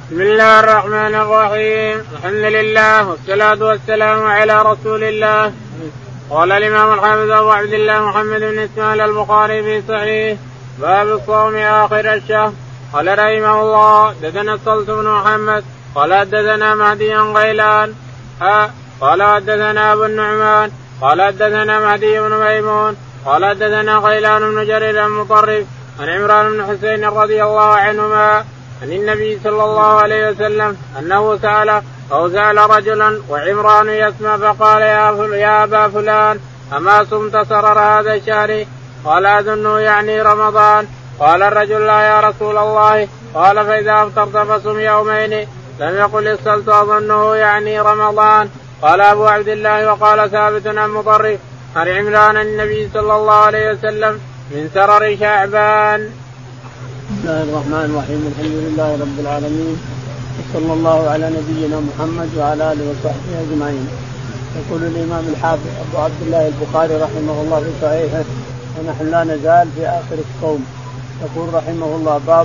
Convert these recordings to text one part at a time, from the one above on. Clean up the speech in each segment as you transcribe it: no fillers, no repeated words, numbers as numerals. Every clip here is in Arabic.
بسم الله الرحمن الرحيم. الحمد لله والصلاة والسلام على رسول الله. قال الإمام الحافظ أبو عبد الله محمد بن إسماعيل البخاري في صحيح باب الصوم آخر الشهر. قال رحمه الله حدثنا الصلت بن محمد قال حدثنا مهدي غيلان قال حدثنا أبو النعمان قال حدثنا مهدي بن ميمون قال حدثنا غيلان بن جرير المطرف عن عمران بن حسين رضي الله عنهما عن النبي صلى الله عليه وسلم أنه سأل رجلا وعمران يسمع فقال يا أبا فلان أما صمت سرر هذا الشهر؟ قال أظنه يعني رمضان. قال الرجل لا يا رسول الله. قال فإذا أفطرت فصم يومين. لم يقل الصلت أظنه يعني رمضان. قال أبو عبد الله وقال ثابت عن مطرف عن عمران النبي صلى الله عليه وسلم من سرر شعبان. بسم الله الرحمن الرحيم. الحمد لله رب العالمين وصلى الله على نبينا محمد وعلى آله وصحبه أجمعين. يقول الإمام الحافظ أبو عبد الله البخاري رحمه الله في صحيحه ونحن لا نزال في آخر الصوم. يقول رحمه الله باب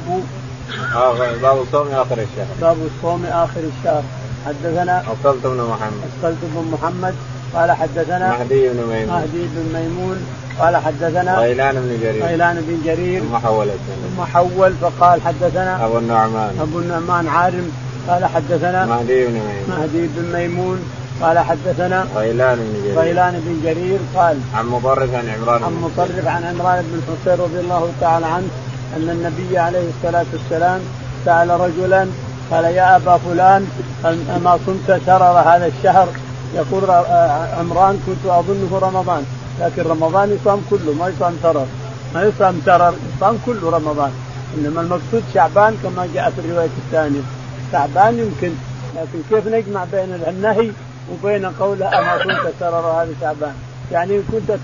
الصوم آخر الشهر. باب الصوم آخر الشهر. حدثنا الصلت بن محمد قال حدثنا مهدي بن ميمون قال حدثنا غيلان بن جرير ثم حول فقال حدثنا أبو النعمان عارم قال حدثنا مهدي بن ميمون قال حدثنا غيلان بن جرير قال عن مطرف عن عمران بن حسين رضي الله تعالى عنه أن النبي عليه الصلاة والسلام سأل رجلا قال يا أبا فلان أما صمت شرر هذا الشهر؟ يقول عمران كنت أظنه رمضان، لكن رمضان يصام كله ما يصام شرر يصام كله رمضان، إنما المقصود شعبان كما جاء في الرواية الثانية. شعبان يمكن، لكن كيف نجمع بين النهي وبين قوله أما كنت شرر هذا شعبان؟ يعني إن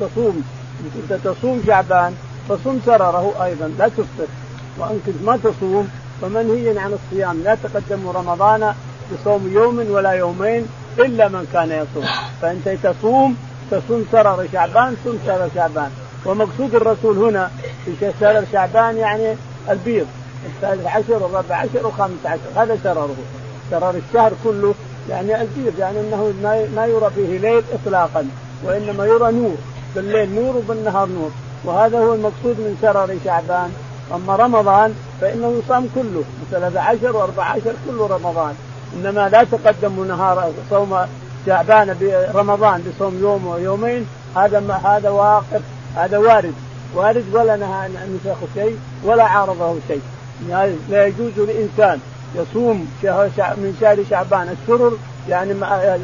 كنت تصوم شعبان فصوم شرره أيضا لا تفطر، وإن كنت ما تصوم فمنهي عن الصيام. لا تقدم رمضان بصوم يوم ولا يومين إلا من كان يصوم، فأنت تصوم شرر شعبان صوم شرر شعبان. ومقصود الرسول هنا في شرر شعبان يعني البيض 13 و14 و15، هذا شرر الشهر كله يعني البيض، يعني أنه ما يرى فيه ليل إطلاقا، وإنما يرى نور بالليل نور وبالنهار نور، وهذا هو المقصود من شرر شعبان. أما رمضان فإنه يصام كله 13 و14 كله رمضان، إنما لا تقدم نهار صوم شعبان برمضان بصوم يوم ويومين، هذا واقف، هذا وارد ولا نسخ شيء ولا عارضه شيء. لا يجوز لإنسان يصوم من شهر شعبان الشرر، يعني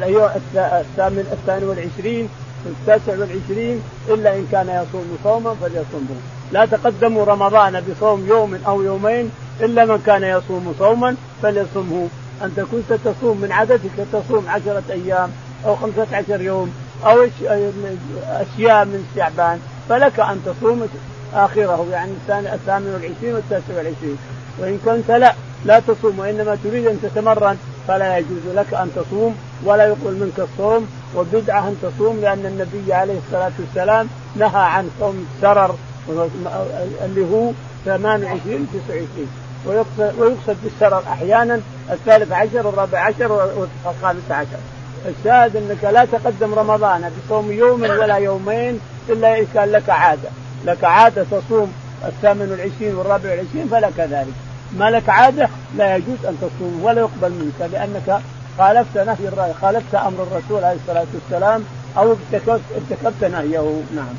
الثاني والعشرين والتاسع والعشرين، إلا إن كان يصوم صوما فليصومه. لا تقدموا رمضان بصوم يوم أو يومين إلا من كان يصوم صوما فليصومه. أنت كنت تصوم من عادتك تصوم 10 أيام أو 15 يوم أو أشياء من شعبان، فلك أن تصوم آخره، يعني الثامن والعشرين والتاسع والعشرين. وإن كنت لا تصوم وإنما تريد أن تتمرن فلا يجوز لك أن تصوم ولا يقبل منك الصوم، وبدعة أن تصوم، لأن النبي عليه الصلاة والسلام نهى عن صوم الشرر اللي هو 28 29، ويقصد بالشرر أحيانا 13 و14 و15. الشاهد أنك لا تقدم رمضان بصوم يوم ولا يومين إلا إذا كان لك عادة تصوم 28 و24 فلك ذلك. ما لك عادة لا يجوز أن تصوم ولا يقبل منك، لأنك خالفت أمر الرسول عليه الصلاة والسلام أو ارتكبت نهيه. نعم.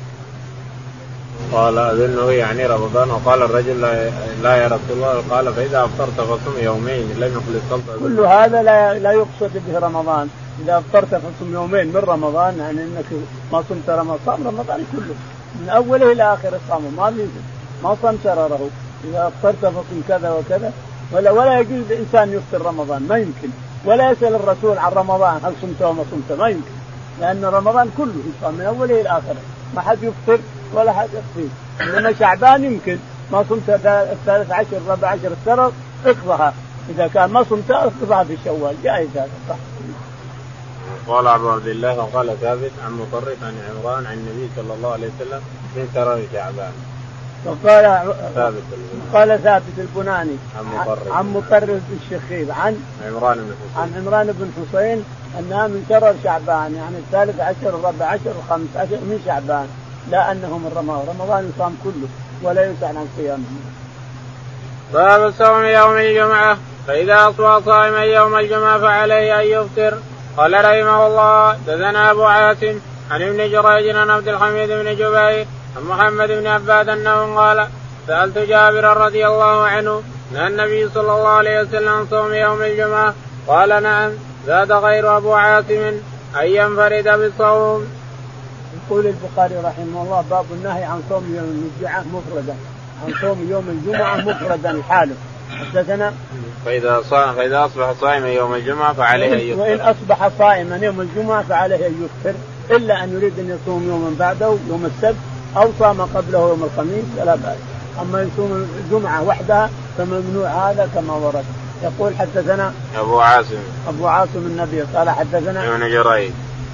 قال أظنه يعني رمضان. وقال الرجل لا يا رسول الله. قال فإذا أفطرت فصم يومين لم يخل الصلت. كل هذا لا يقصد به رمضان. إذا أفطرت فصم يومين من رمضان يعني أنك ما صمت رمضان كله من أوله إلى آخر الصوم، ما صمت شرره. إذا أفطرت فصم كذا وكذا، ولا يجوز الإنسان يفطر رمضان، ما يمكن، ولا يسأل الرسول عن رمضان هل صمت وما صمت، ما يمكن، لأن رمضان كله يصام من أوله إلى آخره، ما حد يفطر ولا حد يفطر. إنما شعبان يمكن ما صمت 13 14 الشهر اقضها، إذا كان ما صمت اقضها في شوال، جائز هذا صح. قال أبو عبد الله وقال ثابت عن مطرف عن عمران عن النبي صلى الله عليه وسلم من شرر شعبان. قال ثابت البناني عن مطرف الشخير عن عمران بن حسين أنها من شرر شعبان، يعني 13 14 15 من شعبان، لا أنه من رمضان يصام كله ولا يسأل عن صيامه. باب صوم يوم الجمعة. فإذا أصبح صائما يوم الجمعة فعليه أن يفطر. قال رحمه الله دثنا أبو عاصم عن ابن جريج عن عبد الحميد بن جبير عن محمد بن عباد أنه قال سألت جابر رضي الله عنه نهى النبي صلى الله عليه وسلم عن صوم يوم الجمعة قال نعم. زاد غير أبو عاصم أن ينفرد بالصوم. يقول البخاري رحمه الله باب النهي عن صوم يوم الجمعة مفردا، عن صوم يوم الجمعة مفردا حاله. حدثنا فإذا أصبح صائما يوم الجمعة فعليه أن يفطر. وإن أصبح صائما يوم الجمعة فعليه أن يفطر، إلا أن يريد أن يصوم يوما بعده يوم السبت أو صام قبله يوم الخميس فلا بأس، أما يصوم الجمعة وحدها فممنوع هذا كما ورد. يقول حدثنا أبو عاصم النبي قال حدثنا ابن جريج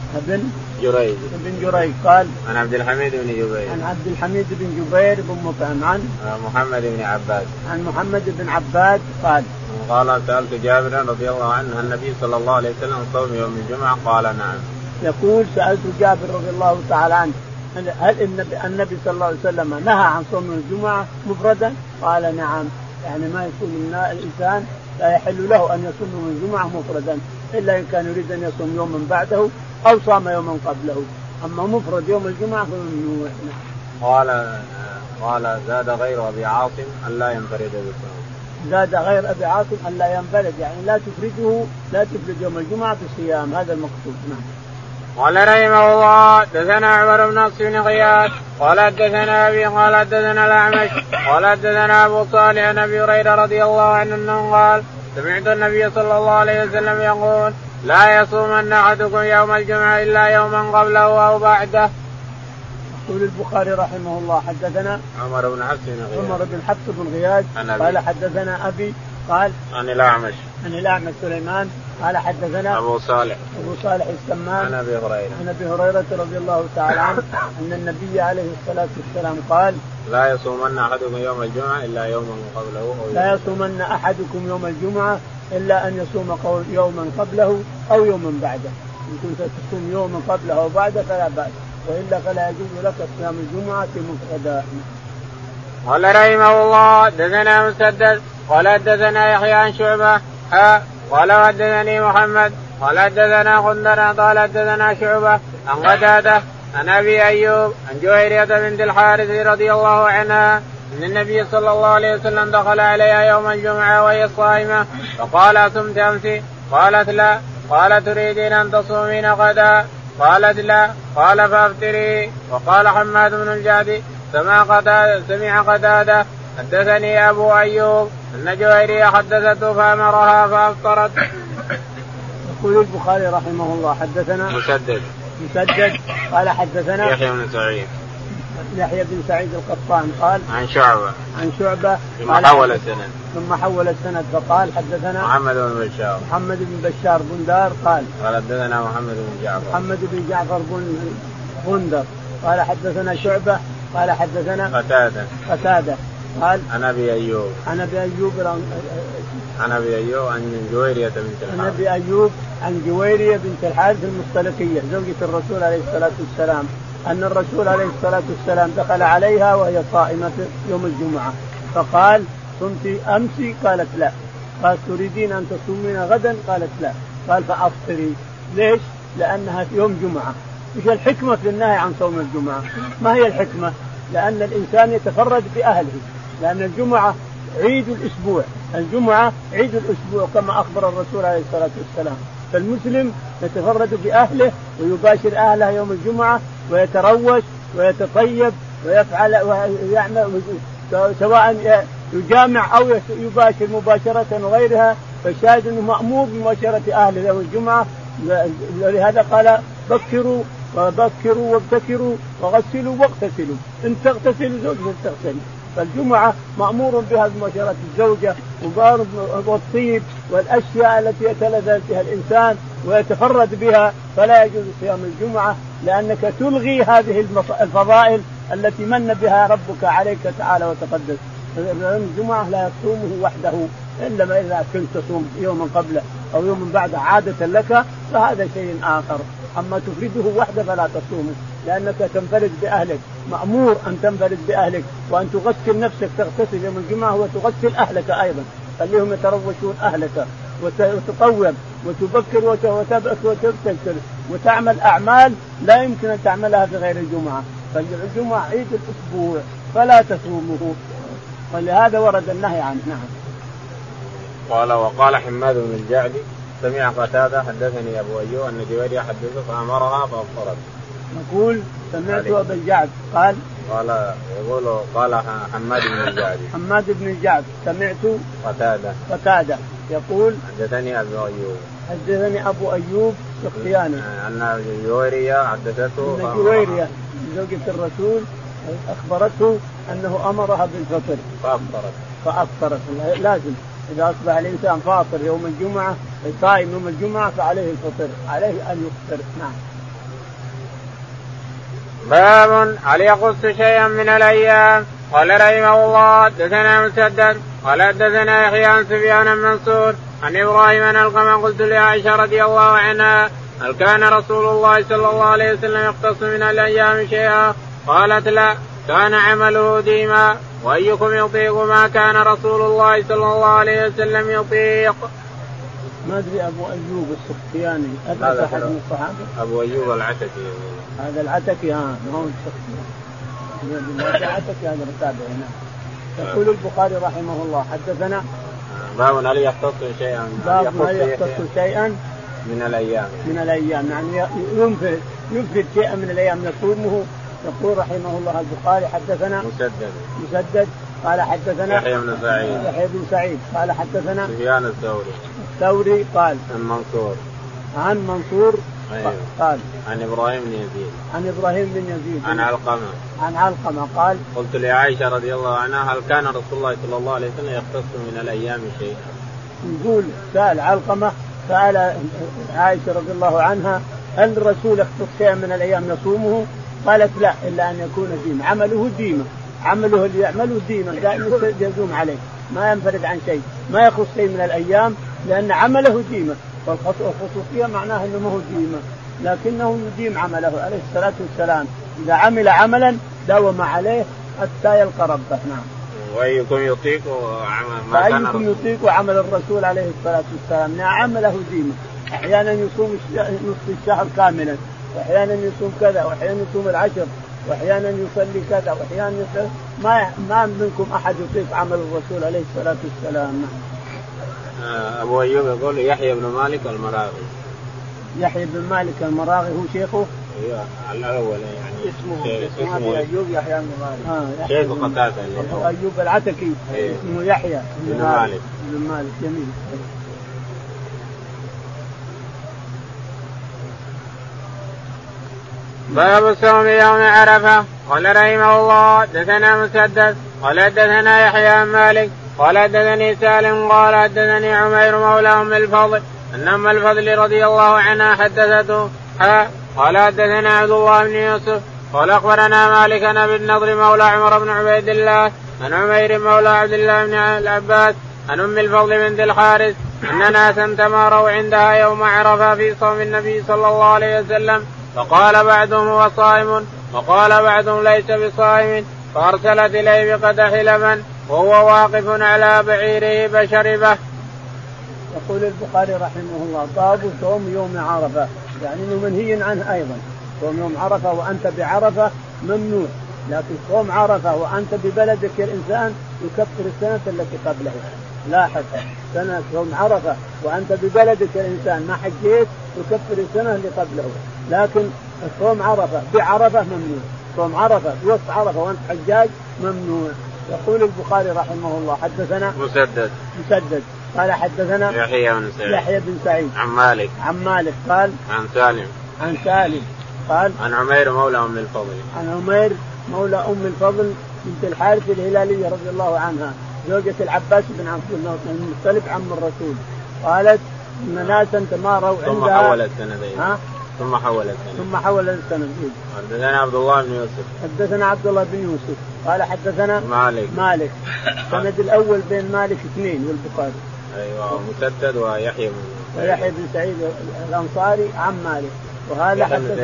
ابن جريج قال عن عبد الحميد بن جبير بن مطعم عن محمد بن عباد قال سألت جابر رضي الله عنه النبي صلى الله عليه وسلم صوم يوم الجمعة قال نعم. يقول سألت جابر رضي الله تعالى عنه هل النبي صلى الله عليه وسلم نهى عن صوم الجمعة مفردا؟ قال نعم، يعني ما يكون الإنسان لا يحل له أن يصوم يوم الجمعة مفردا إلا إن كان يريد أن يصوم يوما بعده أو صام يوما قبله، أما مفرد يوم الجمعة فممنوع. قال زاد غير أبي عاصم ألا ينفرد بالصوم. زاد غير أبي عاصم ألا ينفرد، يعني لا تفرد يوم الجمعة بالصيام، هذا المقصود. نعم. قال رحمه الله دثنا عمر بن بن غياث قال دثنا أبي قال دثنا الأعمش قال دثنا أبو صالح عن أبي هريرة رضي الله عنه أنه قال سمعت النبي صلى الله عليه وسلم يقول لا يصومن أحدكم يوم الجمعة إلا يوما قبله أو بعده. يقول البخاري رحمه الله حدثنا عمر بن حفص بن غياث قال حدثنا أبي قال عن الأعمش سليمان قال حدثنا أبو صالح السمان عن أبي هريرة رضي الله تعالى عنه أن النبي عليه الصلاة والسلام قال لا يصومن أحدكم يوم الجمعة إلا يوما قبله إلا أن يصوم يوما قبله أو يوما بعده. إن كنت تصوم يوما قبله أو بعده فلا بأس، وإلا فلا يجوز لك صيام الجمعة مفردا. قال رحمه الله دثنا مسدد قال دثنا يحيى عن شعبة قال حدثني محمد قال حدثنا غندر قال حدثنا شعبة عن قتادة عن أبي أيوب عن جويرية بنت الحارث رضي الله عنها أن النبي صلى الله عليه وسلم دخل عليها يوم الجمعة وهي صائمة فقال صمت أمس؟ قالت لا. قال تريدين أن تصومين غدا؟ قالت لا. قال فأفطري. وقال حماد بن الجعد سمع قتادة حدثني أبو أيوب أن جويرية حدثته فأمرها فأفطرت. يقول البخاري رحمه الله حدثنا مسدد قال حدثنا يحيى بن سعيد القطان قال عن شعبة ثم حول السند فقال حدثنا محمد بن بشار بندار قال حدثنا محمد بن جعفر بن بندر قال حدثنا شعبة قال حدثنا قتادة قال عن أبي أيوب عن جويرية بنت الحارث المصطلقية زوجة الرسول عليه الصلاة والسلام أن الرسول عليه الصلاة والسلام دخل عليها وهي صائمة يوم الجمعة فقال صمت أمس؟ قالت لا. قال تريدين أن تصومين غدا؟ قالت لا. قال فأفطري. ليش؟ لأنها في يوم جمعة. إيش الحكمة في النهي عن صوم الجمعة؟ ما هي الحكمة؟ لأن الإنسان يتفرد بأهله، لأن الجمعة عيد الأسبوع كما أخبر الرسول عليه الصلاة والسلام. فالمسلم يتفرد بأهله ويباشر أهله يوم الجمعة ويتروش ويتطيب ويفعل ويعمل سواء يجامع أو يباشر مباشرة وغيرها، فالشاهد أنه مأمور بمباشرة أهله يوم الجمعة. ولهذا قال بكروا وابتكروا وغسلوا واغتسلوا. إن تغتسلوا زوجة تغتسل. فالجمعة مأمور بها بمباشرة الزوجة والطيب والأشياء التي يتلذذ بها الإنسان ويتفرد بها، فلا يجوز صيام الجمعة لأنك تلغي هذه الفضائل التي من بها ربك عليك تعالى وتقدس. يوم الجمعة لا يصومه وحده إلا ما إذا كنت تصوم يوما قبله أو يوما بعده عادة لك فهذا شيء آخر. أما تفرده وحده فلا تصومه لأنك تنفرد بأهلك. مأمور أن تنفرد بأهلك وأن تغسل نفسك تغتسل يوم الجمعة وتغسل أهلك أيضا. خليهم يتروشون أهلك وتقوم وتبكر وتبتكر وتعمل أعمال لا يمكن أن تعملها في غير الجمعة. فالجمعة عيد الأسبوع فلا تصومه ولهذا ورد النهي عنه. نعم. قال وقال حماد بن الجعد سمع قتادة حدثني أبو أيوب أن جويرية حدثه فأمرها فأفطرت. نقول سمعت أبو الجعد قال حماد بن الجعد سمعت قتادة يقول حدثني أبو أيوب سختياني أن جويرية حدثته أن جويرية زوجة الرسول أخبرته أنه أمرها بالفطر فأفطرت. لازم إذا أصبح الإنسان فاطر يوم الجمعة صائم يوم الجمعة فعليه الفطر عليه أن يفطر. نعم. باب هل يخص شيئا من الأيام. قال رحمه الله حدثنا مسدد قال حدثنا يحيى عن سفيان المنصور عن إبراهيم عن علقمة قلت لعائشة رضي الله عنها هل كان رسول الله صلى الله عليه وسلم يختص من الأيام شيئا؟ قالت لا كان عمله ديما. وأيكم يطيق ما كان رسول الله صلى الله عليه وسلم يطيق؟ ما أدري. أبو أيوب السختياني هذا أحد من الصحابة. أبو أيوب العتكي هذا العتكي ما هو السختياني العتكي هذا التابع. يقول البخاري رحمه الله حدثنا باب هل يختص شيئا من الأيام يعني ينفرد شيئا من الأيام يصومه. يقول رحمه الله البخاري حدثنا مسدد قال حدثنا يحيى بن سعيد قال حدثنا سفيان الثوري قال عن منصور قال عن إبراهيم بن يزيد عن علقمة قال قلت لعائشة رضي الله عنها هل كان رسول الله صلى الله عليه وسلم يختص من الأيام شيئا؟ نقول سأل علقمة سأل عائشة رضي الله عنها هل الرسول يختص شيئا من الأيام يصومه؟ قالت لا إلا أن يكون ديما. عمله اللي يعمله ديما دائما يزوم عليه ما ينفرد عن شيء ما يخص شيء من الأيام لأن عمله ديما. والخصوصية معناها أنه ما هو ديما لكنه يديم عمله عليه الصلاة والسلام. إذا عمل عملا داوم عليه حتى يلقى ربه. نعم. وأيكم يطيق عمل الرسول عليه الصلاة والسلام عمله ديما. أحيانا يصوم نصف الشهر كاملا وأحيانا يصوم كذا وأحيانا يصوم العشر وأحيانا يصلي كذا وأحيانا ما منكم أحد يطيق عمل الرسول عليه الصلاة والسلام. أبو أيوب يقول يحيى بن مالك المراغي هو شيخه الأول يعني اسمه أيوب يحيى بن مالك شيخ قتادة أيوب العتكي اسمه يحيى بن مالك جميل. باب صوم يوم عرفة. قال رحمه الله حدثنا مسدد قال حدثنا يحيى عن مالك قال حدثني سالم قال حدثني عمير مولى أم الفضل أن أم الفضل رضي الله عنها حدثته قال حدثنا عبد الله بن يوسف قال أخبرنا مالك عن أبي النضر مولى عمر بن عبيد الله عن عمير مولى عبد الله بن العباس عن أم الفضل بنت الحارث أن ناسا تماروا عندها يوم عرفة في صوم النبي صلى الله عليه وسلم فقال بعضهم هو صائم وقال بعضهم ليس بصائم فأرسلت إليه بقدح لبن وهو واقف على بعيره فشربه. يقول البخاري رحمه الله باب صوم يوم عرفة يعني منهي عنه أيضا. صوم يوم عرفة وأنت بعرفة ممنوع لكن صوم عرفة وأنت ببلدك الإنسان يكفر السنة التي قبله. لاحظ سنة صوم عرفة وأنت ببلدك الإنسان ما حجيت يكفر السنة اللي قبله. لكن صوم عرفة بعرفة ممنوع. صوم عرفة بوسط عرفة وأنت حجاج ممنوع. يقول البخاري رحمه الله حدثنا مسدد قال حدثنا يحيى بن سعيد عن مالك قال عن سالم قال عن عمير مولى أم الفضل بنت الحارث الهلالية رضي الله عنها زوجة العباس بن عبد المطلب عم الرسول قالت إن ناسا تماروا عندها ثم حول السند. حدثنا عبد الله بن يوسف. حدثنا عبد الله بن يوسف قال حدثنا مالك. السند الأول بين مالك اثنين والبخاري. أيوة. مسدد ويحيى بن سعيد الأنصاري عن مالك. وهذا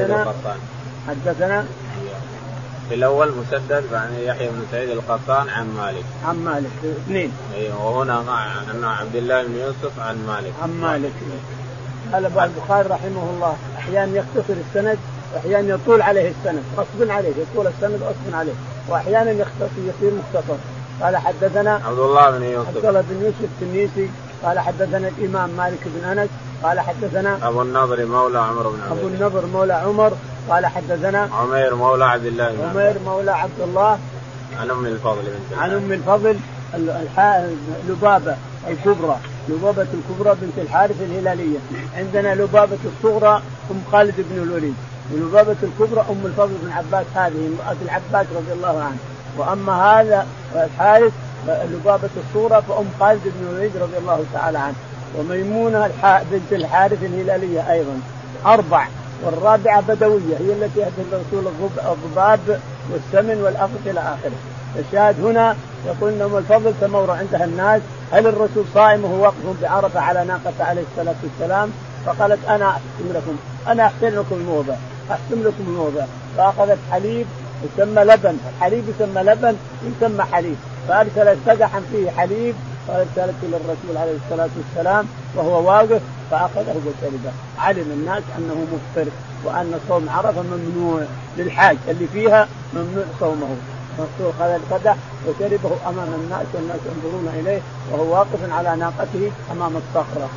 حدثنا في الأول مسدد بعد يحيى بن سعيد القطان عن مالك اثنين. أيوة. وهنا مع عبد الله بن يوسف عن مالك. قال البخاري رحمه الله أحيانا يختصر السند وأحيانا يطول عليه السند غصب عليه، يطول السند غصب عليه، وأحيانا يصير مختصر. قال حدثنا عبد الله بن يوسف التنيسي قال حدثنا الإمام مالك بن أنس قال حدثنا أبو النضر مولى عمر قال حدثنا عمير مولى عبد الله عن أم الفضل لبابة الكبرى بنت الحارث الهلالية. عندنا لبابة الصغرى أم خالد بن الوليد، ولبابة الكبرى أم الفضل بن عباس هذه امرأة العباس رضي الله عنه. وأما هذا الحارث لبابة الصغرى فأم خالد بن الوليد رضي الله تعالى عنه. وميمونة بنت الحارث الهلالية أيضا 4، والرابعة بدوية هي التي أهدت الرسول الضباب والسمن والأخذ إلى آخره. الشاهد هنا يقول أم الفضل تمر عندها الناس هل الرسول صائم وهو واقف بعرفة على ناقة عليه الصلاة والسلام؟ فقالت أنا أحسن لكم الموضع. فأخذت حليب يسمى لبن، الحليب يسمى لبن يسمى حليب، فأرسلت قدحا فيه حليب فأرسلت إلى الرسول عليه الصلاة والسلام وهو واقف فأخذه وشربه. علم الناس أنه مفطر وأن صوم عرفة ممنوع للحاج اللي فيها ممنوع صومه. الرسول خذ القدح وشربه أمام الناس والناس ينظرون إليه وهو واقف على ناقته أمام الصخرة.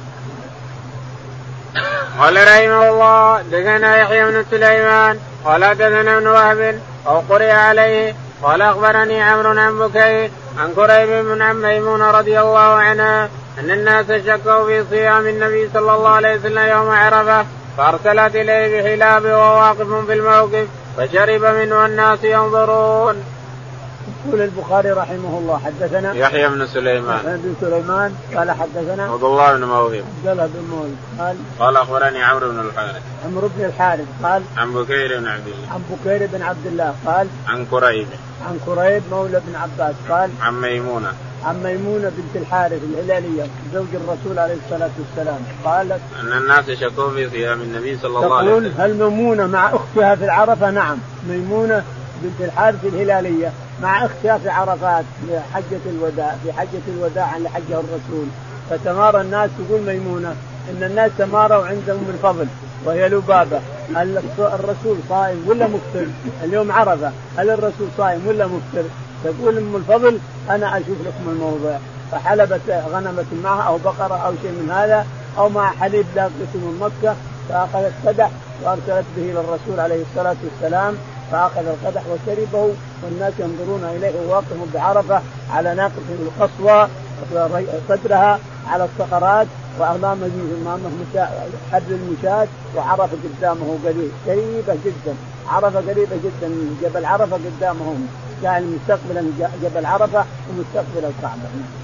قال رحمه الله دثنا يحيى بن سليمان قال دثنا ابن وهب أو قرئ عليه قال أخبرني عمرو عن بكير عن كريب بن عن ميمونة رضي الله عنها أن الناس شكوا في صيام النبي صلى الله عليه وسلم يوم عرفة فأرسلت إليه بحلاب وهو واقف في الموقف فشرب منه الناس ينظرون. يقول البخاري رحمه الله حدثنا يحيى بن سليمان قال حدثنا عبد الله بن موهب قال أخبرني عمرو بن الحارث قال عن بكير بن عبد الله قال عن كريب مولى بن عباس قال عن ميمونة بنت الحارث الهلالية زوج الرسول عليه الصلاة والسلام قالت أن الناس شكوا في صيام النبي صلى الله عليه وسلم. هل ميمونة مع أختها في العرفة؟ نعم، ميمونة بنت الحارث الهلالية مع اختها في عرفات في حجة الوداع عن حجه الرسول. فتمارى الناس تقول ميمونة إن الناس تماروا عند أم الفضل وهي لبابة الرسول صائم ولا مفطر اليوم عرفة، هل الرسول صائم ولا مفطر؟ تقول أم الفضل أنا أشوف لكم الموضوع. فحلبت غنمة معها أو بقرة أو شيء من هذا أو مع حليب لاقته من مكة فأخذت قدح وأرسلت به إلى الرسول عليه الصلاة والسلام فأخذ القدح وشربه والناس ينظرون إليه واقف بعرفة على ناقته القصوى صدرها على الصخرات وأمامه حبل المشاة وعرفة قدامه قريبة جدا، عرفة قريبة جدا، جبل عرفة قدامهم يعني مستقبلا جبل عرفة ومستقبل الكعبة.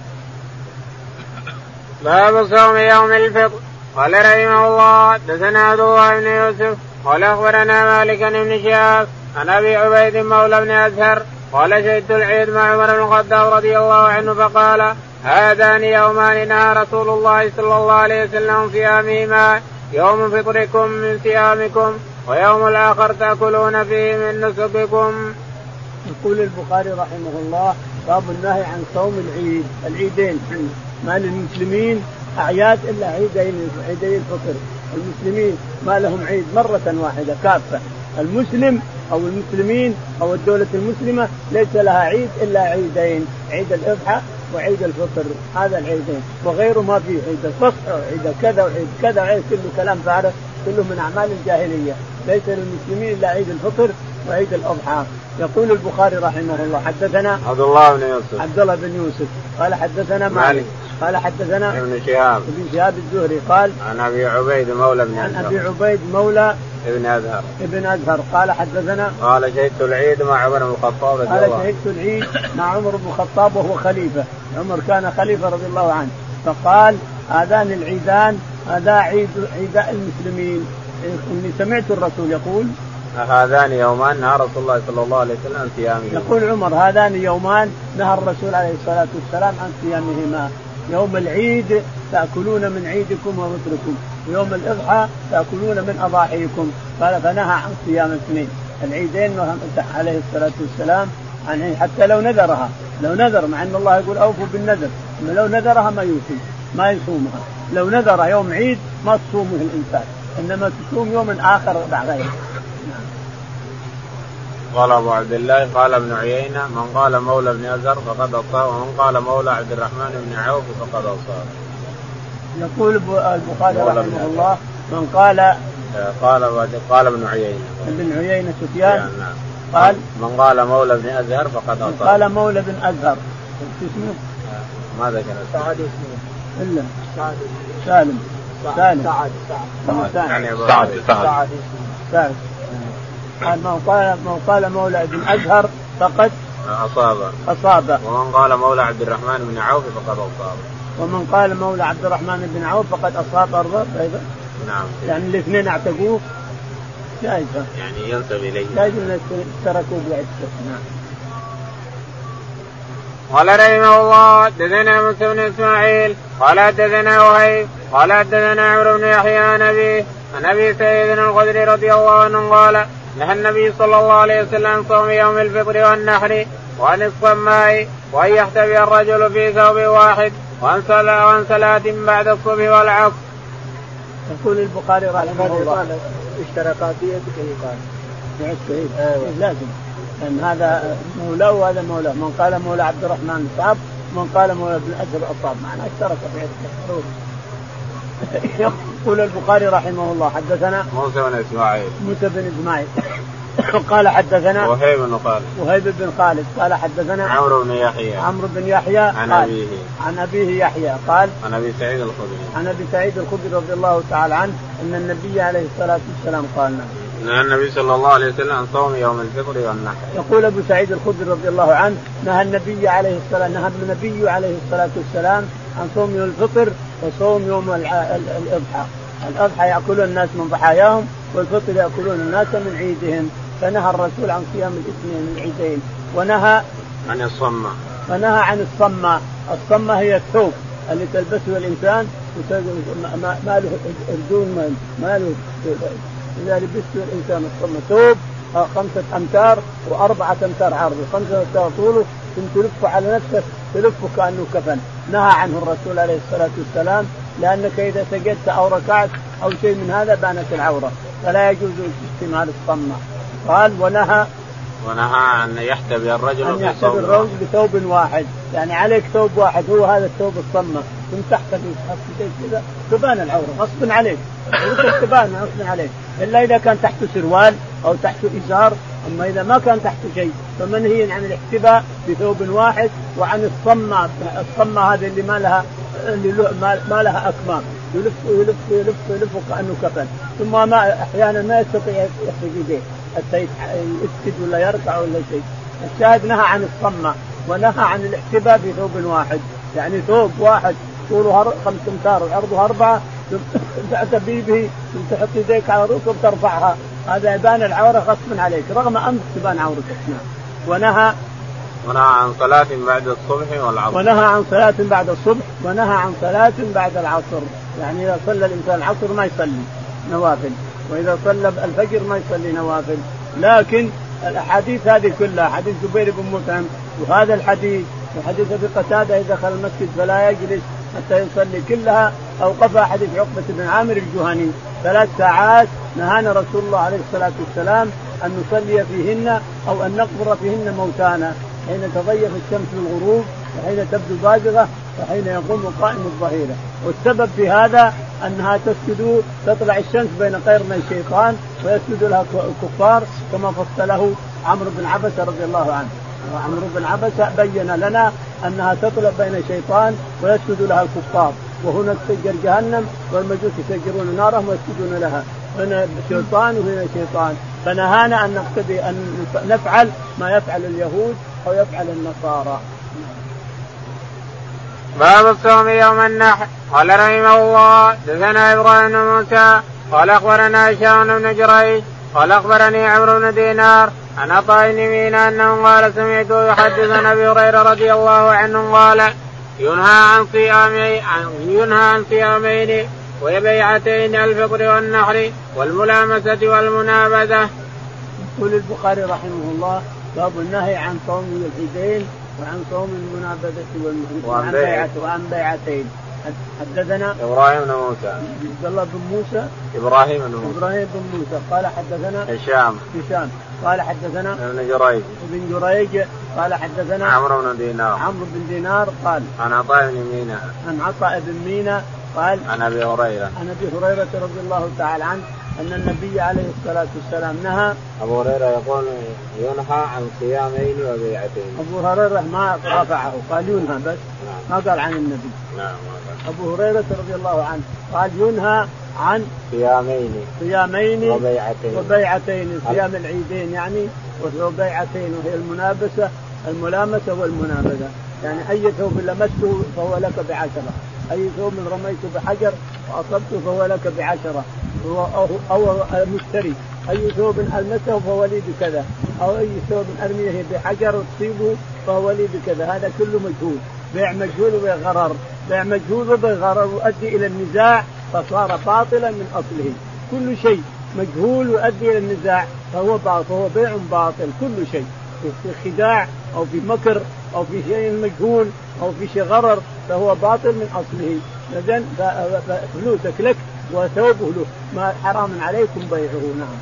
باب صوم يوم الفطر. قال رحمه الله دثنا عبد الله بن يوسف قال أخبرنا مالك بن شهاب عن أبي عبيد مولى بن أزهر قال شهدت العيد مع عمر بن الخطاب رضي الله عنه فقال هذان يومان نهى رسول الله صلى الله عليه وسلم صيامهما يوم فطركم من صيامكم ويوم الآخر تأكلون فيه من نسككم. يقول البخاري رحمه الله باب النهي عن صوم العيدين. ما للمسلمين أعياد إلا عيدي الفطر. المسلمين ما لهم عيد مرة واحدة كافة. المسلم أو المسلمين أو الدولة المسلمة ليس لها عيد إلا عيدين، عيد الأضحى وعيد الفطر، هذا العيدين، وغيره ما فيه عيد الفصح وعيد كذا وعيد كذا وعيد كله كلام فارغ كله من أعمال الجاهلية. ليس للمسلمين إلا عيد الفطر وعيد الأضحى. يقول البخاري رحمه الله حدثنا عبد الله بن يوسف قال حدثنا مالك قال حدثنا ابن شهاب الزهري قال عن أبي عبيد مولى ابن أزهر قال حدثنا قال شهدت العيد مع عمر بن الخطاب وهو خليفة. عمر كان خليفة رضي الله عنه. فقال هذان العيدان هذا عيد المسلمين، إني سمعت الرسول يقول هذان يومان نهى رسول الله صلى الله عليه وسلم عن صيامهما. يقول عمر هذان يومان نهى الرسول عليه الصلاة والسلام عن صيامهما. يوم العيد تأكلون من عيدكم ووتركم، ويوم الإضحى تأكلون من أضاحيكم. قال فنهى عن صيام الاثنين العيدين عليه الصلاة والسلام عن حتى لو نذرها، لو نذر، مع أن الله يقول أوفوا بالنذر، لو نذرها ما يوفي ما يصومها. لو نذر يوم عيد ما تصومه الإنسان، إنما تصوم يوم آخر بعد غيره. قال أبو عبد الله قال ابن عيينة من قال مولى ابن أزهر فقد أصاب، ومن قال مولى عبد الرحمن بن عوف فقد أصاب. يقول البخاري رحمه الله من قال ابن عيينة ابن عيينة سفيان نعم. قال من قال مولى ابن أزهر فقد أصاب. قال مولى ابن أزهر اسمه ما ذكر سعد اسمه إلا سالم من قال مولى ابن أزهر فقد أصاب. ومن قال مولى عبد الرحمن بن عوف فقد أصاب. ومن قال مولى عبد الرحمن بن عوف فقد أصاب الرب أيضا. نعم. يعني الاثنين اعتقوه جائزة، يعني ينسب إليه جائزة تركوا بعزة. نعم. قال رحمه الله حدثنا موسى بن إسماعيل قال حدثنا وهيب قال حدثنا عمرو بن يحيى عن أبي سعيد الخدري رضي الله عنه قال نهى النبي صلى الله عليه وسلم عن صوم يوم الفطر والنحر وعن الصماء وأن يحتبي الرجل في ثوب واحد وعن صلاة بعد الصبح والعصر. يقول البخاري رحمه الله اشتركا فيه قال لازم أن هذا مولاه وهذا مولاه. من قال مولى عبد الرحمن أصاب، من قال مولى ابن أزهر أصاب، معناه اشترك في هذا. يقول البخاري رحمه الله حدثنا موسى بن إسماعيل قال حدثنا وهيب بن خالد قال حدثنا عمرو بن يحيى عن أبيه يحيى قال عن أبي سعيد الخدري رضي الله تعالى عنه أن النبي عليه الصلاة والسلام قال نهى النبي صلى الله عليه وسلم عن صوم يوم الفطر والنحر. يقول أبو سعيد الخدري رضي الله عنه نهى النبي عليه الصلاة والسلام عن صوم يوم الفطر وصوم يوم الأضحى يأكلون الناس من ضحاياهم، والفطر يأكلون الناس من عيدهم. فنهى الرسول عن صيام الاثنين من العيدين. ونهى عن الصمة هي الثوب اللي تلبسه الإنسان ما له أردون، ما له. إذا لبسته الإنسان الصمة ثوب 5 أمتار و4 أمتار عرضه، 5 أمتار طوله، تلفه على نفسك تلفه كأنه كفن. نهى عنه الرسول عليه الصلاة والسلام، لأنك إذا سجدت أو ركعت أو شيء من هذا بانت العورة، فلا يجوز استعمال الصمة. قال ونهى أن يحتبي الرجل بثوب واحد، يعني عليك ثوب واحد هو هذا الثوب الصمة، ثم تحت كذا تبان العورة غصب عليك، تبان غصب عليك، إلا إذا كان تحت سروال أو تحت إزار. أما إذا ما كان تحت شيء فمنهي عن الاحتباء بثوب واحد. وعن الصمة هذه اللي ما لها أكمام، يلف كأنه كفن، ثم أحيانا ما يستطيع يخرج يديه حتى يسجد ولا يركع ولا شيء. الشاهد نهى عن الصمة ونهى عن الاحتباء بثوب واحد، يعني ثوب واحد طوله 5 أمتار وعرضه 4 تعتبي به، تحط يديك على رؤوسك وترفعها، هذا يبان العورة غصبا عليك رغم أنك تبان عورتك. ونهى عن صلاة بعد الصبح والعصر. ونهى عن صلاة بعد الصبح، ونهى عن صلاة بعد العصر، يعني إذا صلى الإنسان العصر ما يصلي نوافل، وإذا صلى الفجر ما يصلي نوافل. لكن الأحاديث هذه كلها، حديث جبير بن مطعم وهذا الحديث وحديث أبي قتادة إذا دخل المسجد فلا يجلس حتى يصلي، كلها أوقفها حديث عقبة بن عامر الجهني. 3 ساعات نهانا رسول الله عليه الصلاة والسلام أن نصلي فيهن أو أن نقبر فيهن موتانا، حين تضيف الشمس للغروب، وحين تبدو بازغة، وحين يقوم قائم الظهيرة. والسبب في هذا أنها تطلع الشمس بين قرني الشيطان ويسجد لها الكفار، كما فصله عمرو بن عبسة رضي الله عنه. وعمرو بن عبسة بين لنا أنها تطلع بين الشيطان ويسجد لها الكفار، وهنا تسجر جهنم والمجوس يسجرون نارهم ويسجدون لها، هنا شيطان وهنا شيطان. فنهانا أن نفعل ما يفعل اليهود أو يفعل النصارى. باب الصوم يوم النحر. قال رحمه الله حدثنا إبراهيم بن موسى قال أخبرنا هشام بن جريج قال أخبرني عمرو بن دينار عن عطاء بن مينا أنه قال سمعته يحدث عن أبي هريرة رضي الله عنه قال ينهى عن صيامين وبيعتين الفطر والنحر والملامسة والمنابذة. يقول البخاري رحمه الله باب النهي عن صوم العيدين وعن صوم المنابذة وعن بيعتين. حدثنا إبراهيم بن موسى عبد الله بن موسى إبراهيم بن موسى قال حدثنا هشام قال حدثنا ابن جريج قال حدثنا عمرو بن دينار قال عن عطاء بن مينا قال عن أبي هريرة رضي الله تعالى عنه أن النبي عليه الصلاة والسلام نهى. أبو هريرة يقول ينهى عن صيامين وبيعتين. أبو هريرة ما رفعه قال ينهى بس ما قال عن النبي. أبو هريرة رضي الله عنه قال ينهى عن صيامين وبيعتين صيام العيدين يعني وبيعتين وهي الملامسة والمنابذة يعني أي ثوب لمسته فهو لك ب10 أي ثوب رميته بحجر وأصبته فهو لك ب10 أو مشتري أي ثوب ألمسه فهو لي بكذا أو أي ثوب أرميه بحجر وتصيبه فهو لي بكذا. هذا كله مجهول بيع مجهول وغرر بيع مجهول وغرر يؤدي إلى النزاع فصار باطلا من أصله. كل شيء مجهول يؤدي إلى النزاع فهو بيع باطل. كل شيء في خداع أو في مكر أو في شيء مجهول أو في شيء غرر فهو باطل من أصله. إذن فلوسك لك وثوبه له ما حرام عليكم بيعه. نعم.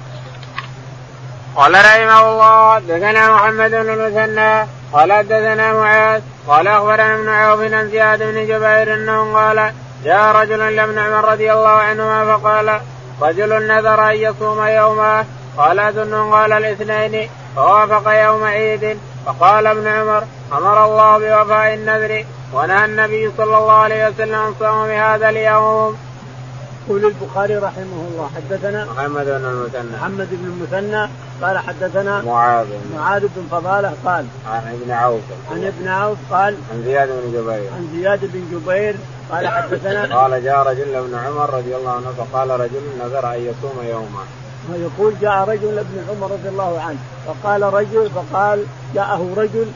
قال رحمه الله دثنا محمد بن المثنى قال دثنا معاذ قال أخبرنا ابن عوف عن زياد بن جبير أنه قال جاء رجل إلى ابن عمر رضي الله عنهما فقال رجل نذر أن يصوم يوما قال أظن قال الاثنين فوافق يوم عيد فقال ابن عمر أمر الله بوفاء النذر ونهى النبي صلى الله عليه وسلم عن صوم هذا اليوم. يقول البخاري رحمه الله حدثنا محمد بن المثنى قال حدثنا معاذ بن فضالة قال عن ابن عوف قال عن زياد بن جبير قال حدثنا قال جاء رجل ابن عمر رضي الله عنه فقال رجل نذر أن يصوم يوما. يقول جاء رجل ابن عمر رضي الله عنه فقال جاءه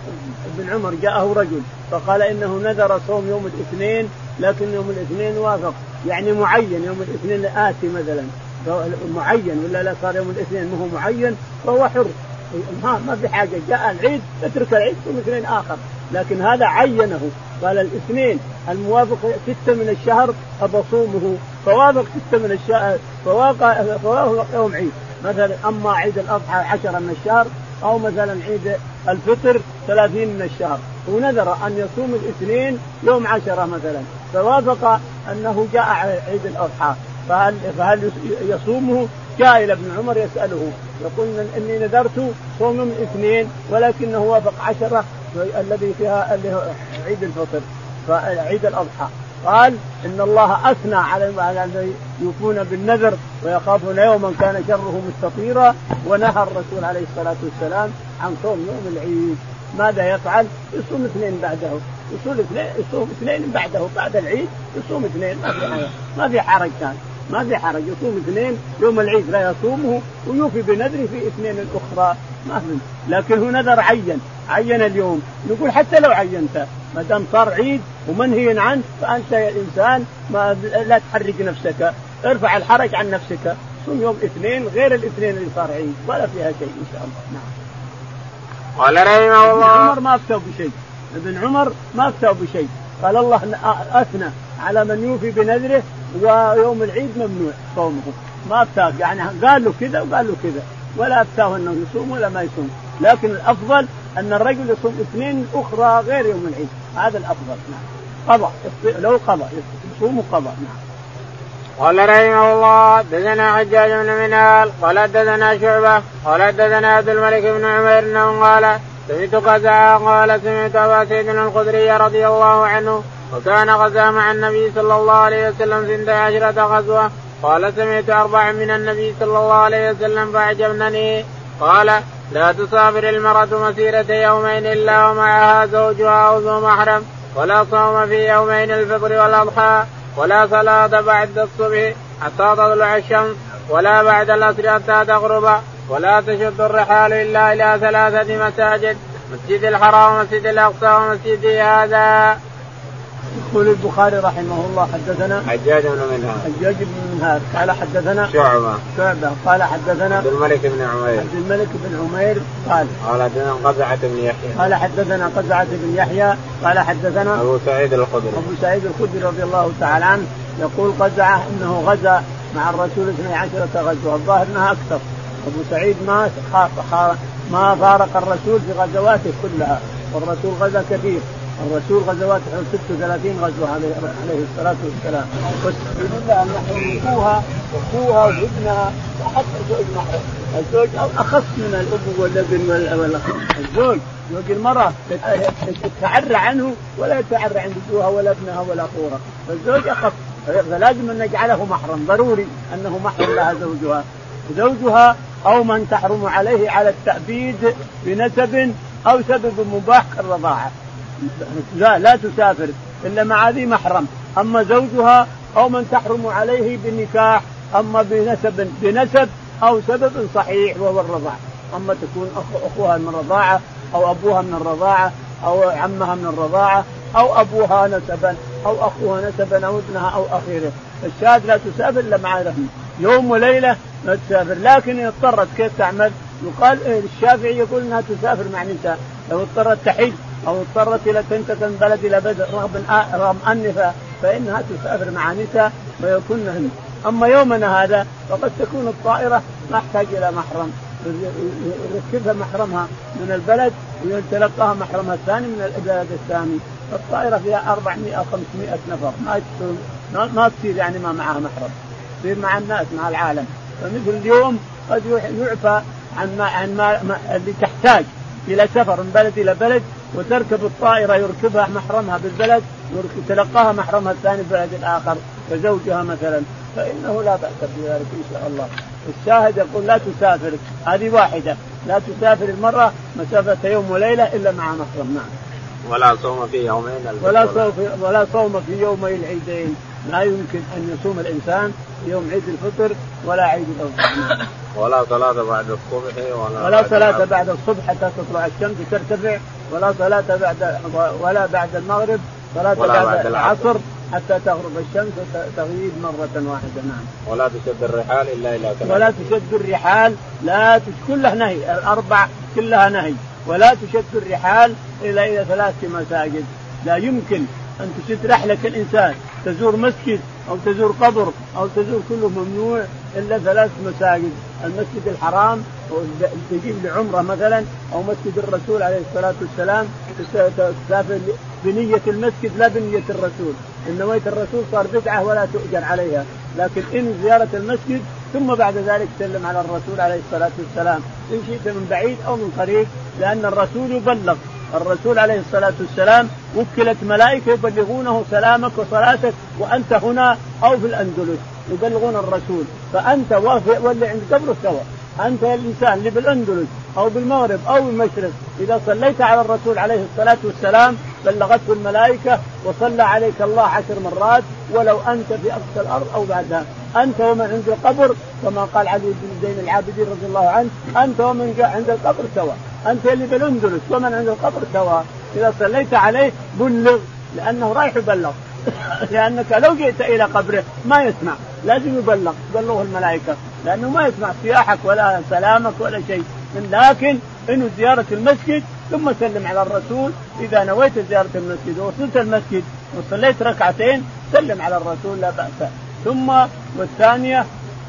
رجل فقال إنه نذر صوم يوم الاثنين لكن يوم الاثنين وافق يعني معين يوم الاثنين آتي مثلا معين ولا لا صار يوم الاثنين ما هو معين فهو حر ما في حاجة جاء العيد اترك العيد يوم اثنين آخر لكن هذا عينه قال الاثنين الموافق 6 من الشهر أبصومه فوافق 6 من الشهر فوافق يوم عيد مثلا أما عيد الأضحى 10 من الشهر أو مثلا عيد الفطر 30 من الشهر ونذر أن يصوم الاثنين يوم 10 مثلا فوافق أنه جاء عيد الأضحى فهل يصومه؟ جاء إلى ابن عمر يسأله يقول إني نذرت صوم يوم الاثنين ولكنه وافق 10 الذي فيها عيد الفطر فعيد الأضحى. قال إن الله أثنى على الذين يوفون بالنذر ويخافون يوما كان شره مستطيرا ونهى الرسول عليه الصلاة والسلام عن صوم يوم العيد. ماذا يفعل؟ يصوم اثنين بعده يصوم اثنين بعده بعد العيد يصوم اثنين ما في حرج كان ما في حرج يصوم اثنين يوم العيد لا يصومه ويوفي بنذره في اثنين الأخرى ما في. لكن هو نذر عين اليوم نقول حتى لو عينته ما دام صار عيد ومنهي عنه فأنت يا إنسان لا تحرج نفسك ارفع الحرج عن نفسك صوم يوم اثنين غير الاثنين اللي صار عيد ولا فيها شيء إن شاء الله. نعم. قال رحمه الله ابن عمر ما أفتوا بشيء ابن عمر ما أفتوا بشيء قال الله أثنى على من يوفي بنذره ويوم العيد ممنوع صومه ما أفتاه يعني قال له كذا وقال له كذا ولا أفتاه أنه يصوم ولا ما يصوم لكن الأفضل أن الرجل يصوم اثنين أخرى غير يوم العيد هذا الأفضل. نعم. قضاء لو قضاء يصوم قضاء. نعم. قال رحمه الله دثنا حجاج بن منال قال دثنا شعبة قال دثنا عبد الملك بن عمير أنه قال سمعت قزعة قال سمعت أبا سعيد الخدري رضي الله عنه وكان غزا مع النبي صلى الله عليه وسلم 12 غزوة قال سمعت 4 من النبي صلى الله عليه وسلم فأعجبنني قال لا تسافر المرأة مسيرة يومين إلا ومعها زوجها أو ذو محرم ولا صوم في يومين الفطر والأضحى ولا صلاة بعد الصبح حتى تطلع الشمس ولا بعد العصر حتى تغرب ولا تشد الرحال إلا إلى 3 مساجد مسجد الحرام ومسجد الأقصى ومسجد هذا. يقول البخاري رحمه الله حدثنا حجاج بن منهار قال حدثنا شعبة قال حدثنا عبد الملك بن عمير قال حدثنا قزعة بن يحيى قال حدثنا أبو سعيد الخدري رضي الله تعالى عنه يقول قزعة إنه غزا مع الرسول 12 غزوة الظاهر أنها أكثر. أبو سعيد ما فارق الرسول في غزواته كلها والرسول غزا كثير. الرسول غزوات 36 غزوة عليه الصلاة والسلام. والسبيل الله أن نحن أخوها وابنها وحتى زوج محرم. الزوج أخص من الأب والابن والأخ. زوج المرأة تتعرى عنه ولا يتعرى عند أبوها ولا ابنها ولا أخوها. فالزوج أخص فلازم أن نجعله محرم ضروري أنه محرم لها زوجها أو من تحرم عليه على التأبيد بنسب أو سبب مباح كالرضاعة. لا تسافر إلا مع ذي محرم. أما زوجها أو من تحرم عليه بالنكاح أما بنسب أو سبب صحيح وهو الرضاعة. أما تكون أخوها من الرضاعة أو أبوها من الرضاعة أو عمها من الرضاعة أو أبوها نسبا أو أخوها نسبا أو ابنها أو أخيره. الشاهد لا تسافر إلا مع رحم يوم وليلة لا تسافر. لكن إن اضطرت كيف تعمل؟ يقال الشافعي يقول إنها تسافر مع نساء لو اضطرت تحج أو اضطرت إلى تنتقل من بلد إلى بلد رغم أنفها فإنها تسافر مع نساء ويكونهن. أما يومنا هذا فقد تكون الطائرة ما احتاج إلى محرم يركبها محرمها من البلد ويتلقاها محرمها الثاني من البلد الثاني. الطائرة فيها 400-500 نفر ما تصير يعني ما معها محرم تصير مع الناس مع العالم. فمثل اليوم قد يعفى عن ما اللي تحتاج إلى سفر من بلد إلى بلد وتركب الطائرة يركبها محرمها بالبلد وتلقاها محرمها الثاني بالبلد الآخر وزوجها مثلا فإنه لا بأس بذلك إن شاء الله. الشاهد يقول لا تسافر هذه واحدة لا تسافر المرأة مسافة يوم وليلة إلا مع محرم. نعم. ولا صوم في يومين ولا صوم في يومي العيدين. لا يمكن أن يصوم الإنسان يوم عيد الفطر ولا عيد الأضحى. ولا صلاة بعد الصبح ولا صلاة بعد الصبح حتى تطلع الشمس ترتفع ولا صلاة ولا بعد المغرب صلاة بعد العصر حتى تغرب الشمس وتغيب مرة واحدة. نعم. ولا تشد الرحال إلا إلى 3. ولا تشد الرحال كلها نهي. الأربع كلها نهي. ولا تشد الرحال إلى 3 مساجد. لا يمكن أن تشد رحلة الإنسان تزور مسجد أو تزور قبر أو تزور كله ممنوع إلا 3 مساجد. المسجد الحرام تجيب لعمرة مثلا أو مسجد الرسول عليه الصلاة والسلام تسافر بنية المسجد لا بنية الرسول. إن نويت الرسول صار بدعة ولا تؤجر عليها. لكن إن زيارة المسجد ثم بعد ذلك سلم على الرسول عليه الصلاة والسلام إن شئت من بعيد أو من قريب لأن الرسول يبلغ. الرسول عليه الصلاة والسلام وكلت ملائكة يبلغونه سلامك وصلاتك وأنت هنا أو في الأندلس يبلغون الرسول. فأنت واللي عند قبره سوا. أنت الإنسان اللي بالأندلس أو بالمغرب أو بالمشرق إذا صليت على الرسول عليه الصلاة والسلام بلغته الملائكة وصلى عليك الله 10 مرات ولو أنت في أقصى الأرض أو بعدها. أنت ومن عند القبر كما قال علي بن زين العابدين رضي الله عنه أنت ومن عند القبر سوا. أنت اللي بالأندلس ومن عند القبر سوا. إذا صليت عليه بلغ لأنه رايح يبلغ. لأنك لو جئت إلى قبره ما يسمع لازم يبلغه الملائكة لأنه ما يسمع سياحك ولا سلامك ولا شيء. لكن إنه زيارة المسجد ثم سلم على الرسول. إذا نويت زيارة المسجد ووصلت المسجد وصليت 2 ركعتين سلم على الرسول لا بأس. ثم والثانية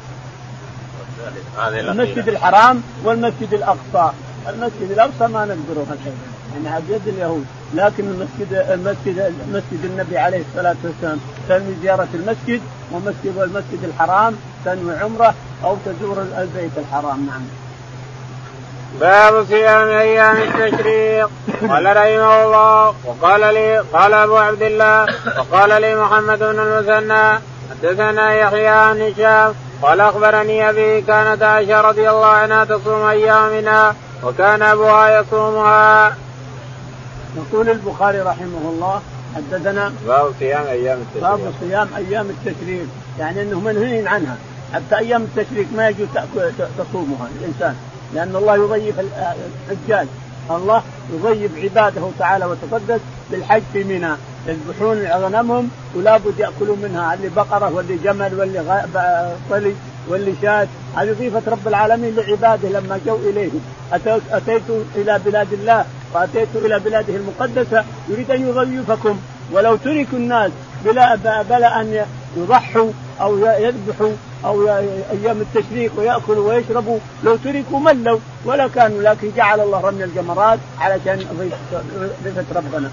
المسجد الحرام والمسجد الأقصى. المسجد الأقصى ما نقدره شيء يعني على يد اليهود. لكن المسجد النبي عليه الصلاة والسلام تنوي زيارة المسجد والمسجد الحرام تنوي عمرة أو تزور البيت الحرام. نعم. باب صيام أيام التشريق. قال رحمه الله قال أبو عبد الله وقال لي محمد بن المثنى حدثنا يحيى عن هشام قال أخبرني أبي كانت عائشة رضي الله عنها تصوم أيامنا وكان أبوها يصومها. يقول البخاري رحمه الله حدثنا باب صيام أيام التشريق. باب صيام أيام التشريق، يعني أنه منهي عنها، حتى أيام التشريق ما يجوز تصومها الإنسان، لأن الله يضيف الحجاج، الله يضيف عباده تعالى وتقدس بالحج في منى، يذبحون غنمهم ولا بد يأكلون منها، اللي بقرة واللي جمل واللي طلي واللي شاة. هذه ضيفة رب العالمين لعباده لما جو إليه. أتيت إلى بلاد الله وأتيت إلى بلاده المقدسة يريد أن يضيفكم، ولو تركوا الناس بلا أن يضحوا أو يذبحوا أو أيام التشريق ويأكلوا ويشربوا، لو تركوا ملوا ولا كانوا، لكن جعل الله رمي الجمرات علشان ضيفة ربنا،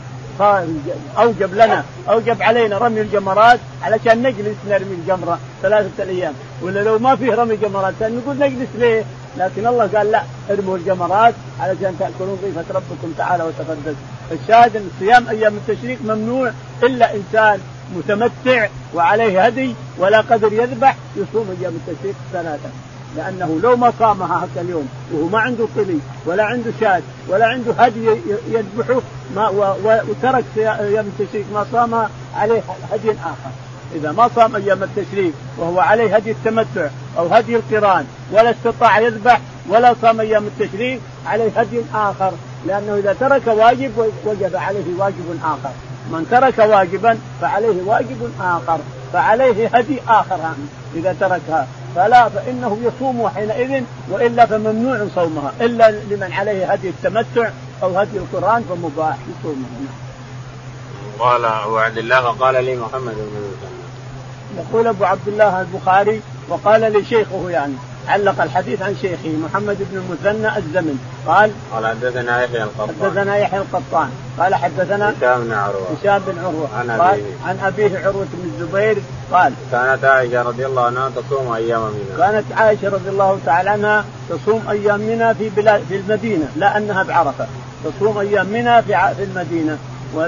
أوجب علينا رمي الجمرات علشان نجلس نرمي الجمرة 3 أيام، ولا لو ما فيه رمي جمرات نقول نجلس ليه؟ لكن الله قال لا، ارموا الجمرات علشان تأكلون ضيفة ربكم تعالى وتقدس. الشاهد أن صيام أيام التشريق ممنوع إلا إنسان متمتع وعليه هدي ولا قدر يذبح يصوم أيام التشريق 3، لأنه لو ما صامها هذا اليوم وهو ما عنده طلي ولا عنده شاة ولا عنده هدي يذبحه وترك أيام التشريق ما صامها عليه هدي آخر. إذا ما صام أيام التشريق وهو عليه هدي التمتع أو هدي القران ولا استطاع يذبح ولا صام أيام التشريق عليه هدي آخر، لأنه إذا ترك واجب وجب عليه واجب آخر، من ترك واجبا فعليه واجب آخر، فعليه هدي آخر إذا تركها فإنه يصوم حينئذ، وإلا فممنوع صومها إلا لمن عليه هدي التمتع أو هدي القران فمباح يصومها. قال أبو عبد الله وقال لي محمد بن المثنى. يقول أبو عبد الله البخاري وقال لي شيخه، يعني علق الحديث عن شيخه محمد بن المثنى الزمن قال حدثنا يحيى القطان قال حدثنا هشام بن عروة قال عن أبيه عروة بن الزبير قال كانت عائشة رضي الله عنها تصوم أيام منى. كانت عائشة رضي الله تعالى عنها تصوم أيام منى في المدينة، لا أنها بعرفة، تصوم أيام منى في المدينة.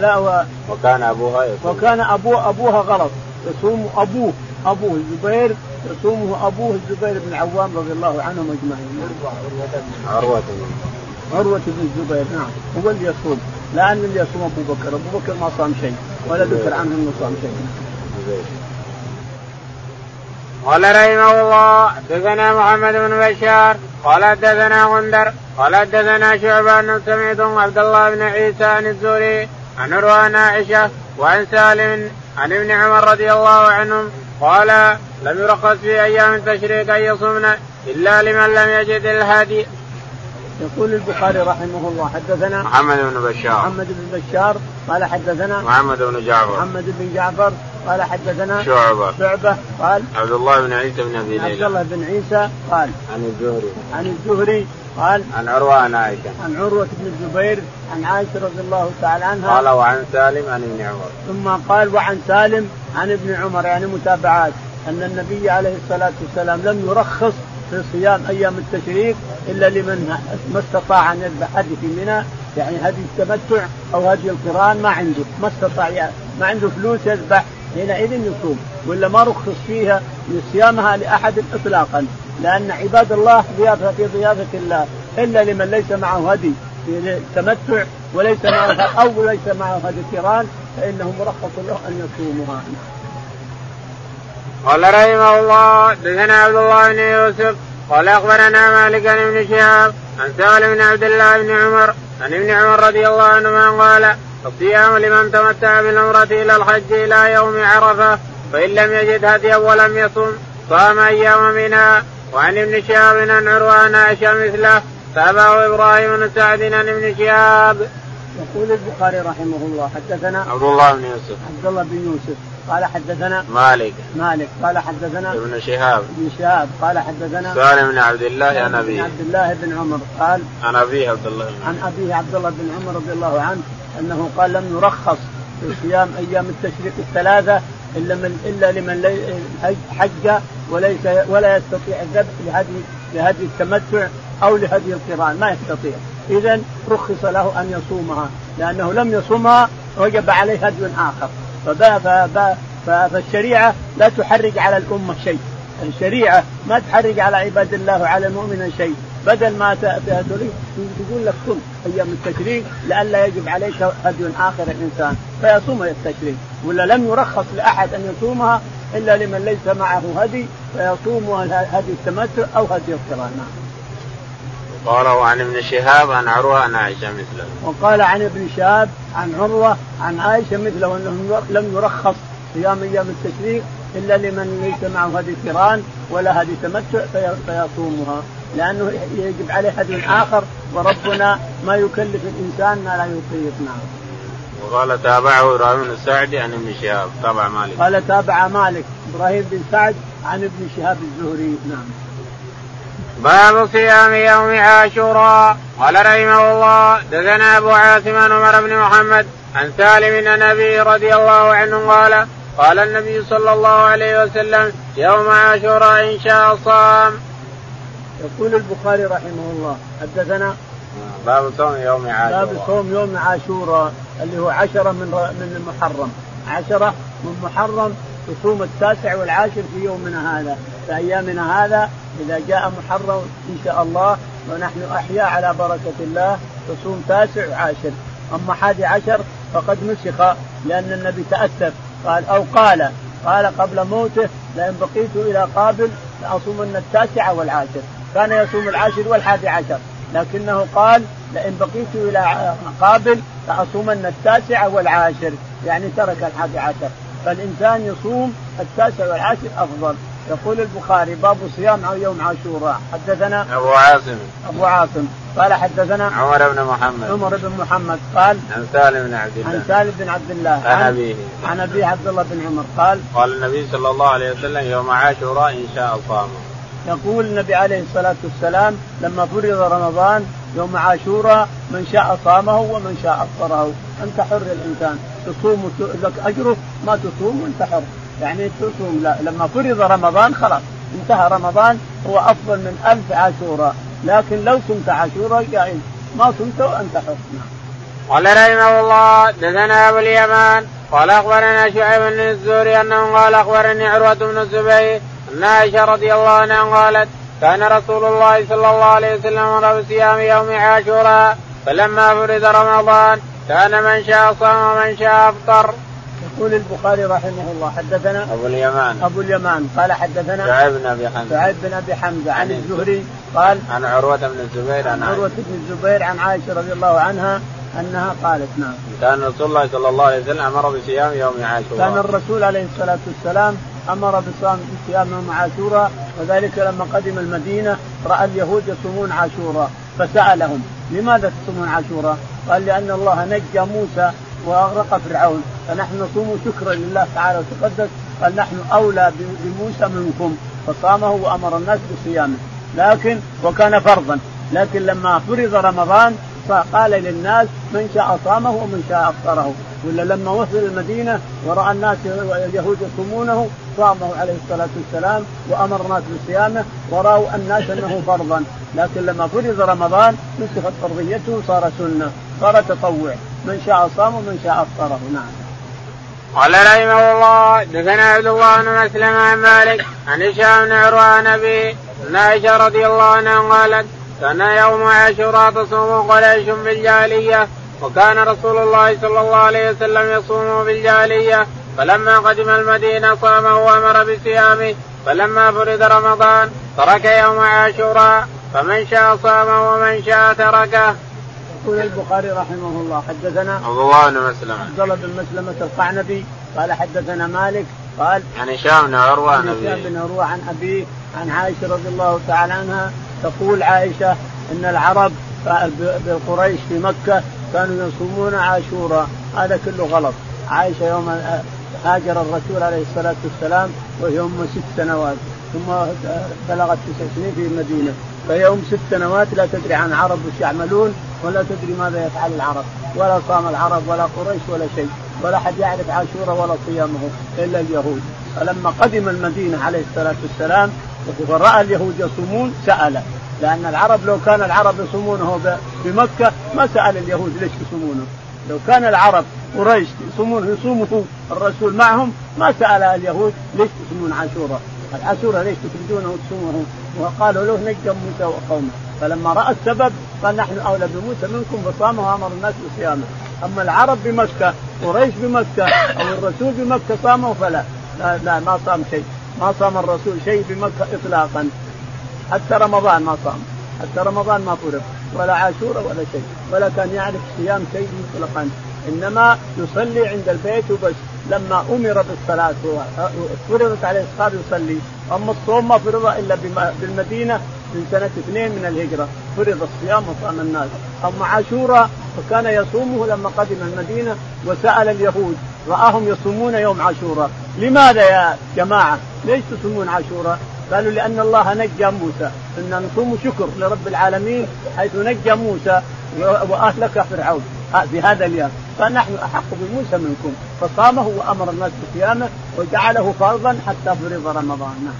وكان أبوها غلط، يصوم أبوه الزبير، يصومه أبوه الزبير بن العوام رضي الله عنهم أجمعين. عروة بن الزبير نعم هو اللي يصوم، لا أن اللي يصوم أبو بكر ما صام شيء ولا ذكر عنه أنه صام شيء. قال رحمه الله حدثنا محمد بن بشار قال حدثنا غندر قال حدثنا شعبة أنه سمعت عبد الله بن عيسى عن الزهري عن عروة عن عائشة وعن سالم عن ابن عمر رضي الله عنهم قال لم يرخص في أيام التشريق أن يصومن إلا لمن لم يجد الهدي. يقول البخاري رحمه الله حدثنا محمد بن بشار قال حدثنا محمد بن جعفر قال حدثنا شعبة قال عبد الله بن عيسى بن أبي ليلى عبد الله بن عيسى قال عن الزهري قال عن عروة عن عائشة عن عروة بن الزبير عن عائشة رضي الله تعالى عنها قال وعن سالم عن ابن عمر ثم قال وعن سالم عن ابن عمر، يعني متابعات، أن النبي عليه الصلاة والسلام لم يرخص في صيام أيام التشريق إلا لمن ما استطاع أن يذبح هدي في منى، يعني هدي التمتع أو هدي القران ما استطاع، ما عنده فلوس يذبح حينئذ يصوم، ولا ما رخص فيها لصيامها لأحد إطلاقا، لأن عباد الله ضيافة في ضيافة الله، إلا لمن ليس معه هدي في التمتع وليس معه هدي القران فإنه مرخص له أن يصومها. قال رحمه الله حدثنا عبد الله بن يوسف قال أخبرنا مالك عن ابن شهاب عن سالم بن عبد الله بن عمر عن ابن عمر رضي الله عنهما قال الصيام لمن تمتع بالعمرة إلى الحج إلى يوم عرفة فإن لم يجد هديا ولم يصم صام أيام منها. وعن ابن شهاب عن عروة عن عائشة مثله تابعه إبراهيم بن سعد عن ابن شهاب. يقول البخاري رحمه الله حدثنا عبد الله بن يوسف قال حدثنا مالك قال حدثنا ابن شهاب قال حدثنا سالم بن عبد الله عن أبيه عبد الله بن عمر قال عن أبيه عبد الله بن عمر رضي الله عنه أنه قال لم يرخص في صيام أيام التشريق 3 إلا لمن حج ولا يستطيع الذبح لهدي التمتع أو لهدي القران، ما يستطيع، إذن رخص له أن يصومها، لأنه لم يصومها وجب عليه هدي آخر. فالشريعة لا تحرج على الأمة شيء، الشريعة ما تحرج على عباد الله وعلى المؤمن شيء، بدل ما تريد تقول لك صم أيام التشريق لئلا يجب عليك هدي آخر الإنسان فيصوم التشريق. ولا لم يرخص لأحد أن يصومها إلا لمن ليس معه هدي فيصوم هدي التمتع أو هدي القران. قال عن ابن شهاب عن عروة عن عائشة مثله. وقال عن ابن شهاب عن عروة عن عائشة مثله أنه لم يرخص صيام أيام التشريق إلا لمن ليس معه هدي قران ولا هدي تمتع فيصومها لأنه يجب عليه هدي آخر وربنا ما يكلف الإنسان ما لا يطيق. نعم. وقال تابعه إبراهيم بن سعد عن ابن شهاب تابع مالك. قال تابع مالك إبراهيم بن سعد عن ابن شهاب الزهري. نعم. باب صيام يوم عاشوراء. قال رحمه الله دثنا أبو عاصم عمر بن محمد عن سالم بن أبي رضي الله عنه قال قال النبي صلى الله عليه وسلم يوم عاشوراء إن شاء صام. يقول البخاري رحمه الله حدثنا باب صوم يوم عاشوراء. باب صوم يوم عاشوراء اللي هو 10 من المحرم 10 من محرم تصوم 9 والعاشر في يومنا هذا في أيامنا هذا إذا جاء محرم إن شاء الله ونحن أحياء على بركة الله تصوم 9 و10. أما 11 فقد نسخ لأن النبي تأسف قال قبل موته لئن بقيت إلى قابل لأصومن 9 والعاشر. كان يصوم 10 و11 لكنه قال لئن بقيت إلى قابل لأصومن 9 والعاشر يعني ترك 11. فالإنسان يصوم 9 والعاشر أفضل. يقول البخاري باب صيام يوم عاشوراء. حدثنا أبو عاصم قال حدثنا عمر بن محمد قال عن سالم بن عبد الله عن أبيه عبد الله بن عمر قال النبي صلى الله عليه وسلم يوم عاشوراء إن شاء صام. يقول النبي عليه الصلاة والسلام لما فرض رمضان يوم عاشوراء من شاء صامه ومن شاء أفطره. أنت حر الإنسان تصوم لك أجره ما تصوم وأنت حر يعني تصوم. لا لما فرض رمضان خلاص انتهى رمضان هو أفضل من 1000 عاشوراء لكن لو صمت عاشوراء جائز ما صمت وأنت حر. قال رحمه الله دثنا أبو اليمان قال أخبرنا شعيب بن الزهري أنه قال أخبرني عروة بن الزبير أن عائشة رضي الله عنها قالت كان رسول الله صلى الله عليه وسلم أمر بصيام يوم عاشوراء فلما فرض رمضان كان من شاء صام ومن شاء أفطر. يقول البخاري رحمه الله حدثنا أبو اليمان قال حدثنا شعيب بن أبي حمزة عن الزهري قال عن عروة بن الزبير عن عائشة رضي الله عنها أنها قالت نعم كان رسول الله صلى الله عليه وسلم أمر بصيام يوم عاشوراء. كان الرسول عليه الصلاة والسلام أمر بصيام يوم عاشوراء وذلك لما قدم المدينة رأى اليهود يصومون عاشوراء فسألهم لماذا تصومون عاشوراء؟ قال لأن الله نجى موسى وأغرق فرعون فنحن نصوم شكرا لله تعالى وتقدس. قال نحن أولى بموسى منكم فصامه وأمر الناس بصيامه لكن وكان فرضا. لكن لما فرض رمضان فقال للناس من شاء صامه ومن شاء أفطره. ولا لما وصل المدينة ورأى الناس اليهود يصومونه صامه عليه الصلاة والسلام وأمر الناس بصيامه ورأوا الناس أنه فرضا. لكن لما فرض رمضان نسخت فرضيته صار سنة صار تطوع من شاء صام ومن شاء أفطره. نعم. قال رحمه الله دثنا عبد الله بن مسلم عن مالك عن هشام بن عروة عن أبي أن عائشة رضي الله عنها قالت كان يوم عاشوراء تصوم قريش بالجاهلية وكان رسول الله صلى الله عليه وسلم يصوم بالجاهلية فلما قدم المدينة صامه وأمر بصيامه فلما فرض رمضان ترك يوم عاشوراء فمن شاء صامه ومن شاء تركه. يقول البخاري رحمه الله حدثنا عبد الله بن مسلمة القعنبي قال حدثنا مالك قال عن هشام بن عروة عن أبيه عن عائشة رضي الله تعالى عنها تقول عائشة إن العرب بالقريش في مكة كانوا يصومون عاشوراء. هذا كله غلط. عائشة يوم هاجر الرسول عليه الصلاة والسلام وهي أم 6 سنوات ثم بلغت 9 سنين في المدينة فهي أم 6 سنوات لا تدري عن العرب وش يعملون ولا تدري ماذا يفعل العرب ولا صام العرب ولا قريش ولا شيء ولا حد يعرف عاشوراء ولا صيامه إلا اليهود. فلما قدم المدينة عليه الصلاة والسلام ورأى اليهود يصومون سأل لأن العرب لو كان العرب يصومونه بمكة ما سأل اليهود ليش يصومونه. لو كان العرب قريش يصومه الرسول معهم ما سأل اليهود ليش تصومون عاشوراء. العاشوراء ليش تريدونه وتصومه وقالوا له نجى موسى وقومه فلما رأى السبب قال نحن أولى بموسى منكم فصامه وأمر الناس بصيامه. أما العرب بمكة قريش بمكة أو الرسول بمكة صاموا فلا لا ما صام شيء، ما صام الرسول شيء بمكة إطلاقا، حتى رمضان ما صام، حتى رمضان ما فرض ولا عاشوراء ولا شيء، ولا كان يعرف صيام شيء مطلقا، إنما يصلي عند البيت وبس. لما أمر بالصلاة فرضت عليه الصلاة يصلي. أما الصوم ما فرض إلا بالمدينة من سنة 2 من الهجرة فرض الصيام وصام الناس. أما عاشوراء فكان يصومه لما قدم المدينة وسأل اليهود رآهم يصومون يوم عاشوراء، لماذا يا جماعة ليش تصومون عاشوراء؟ قالوا لأن الله نجى موسى، إن نصوم شكر لرب العالمين حيث نجى موسى وأهلك فرعون في هذا اليوم، فنحن أحق بموسى منكم، فصامه وأمر الناس بصيامه وجعله فرضا حتى فرض رمضان.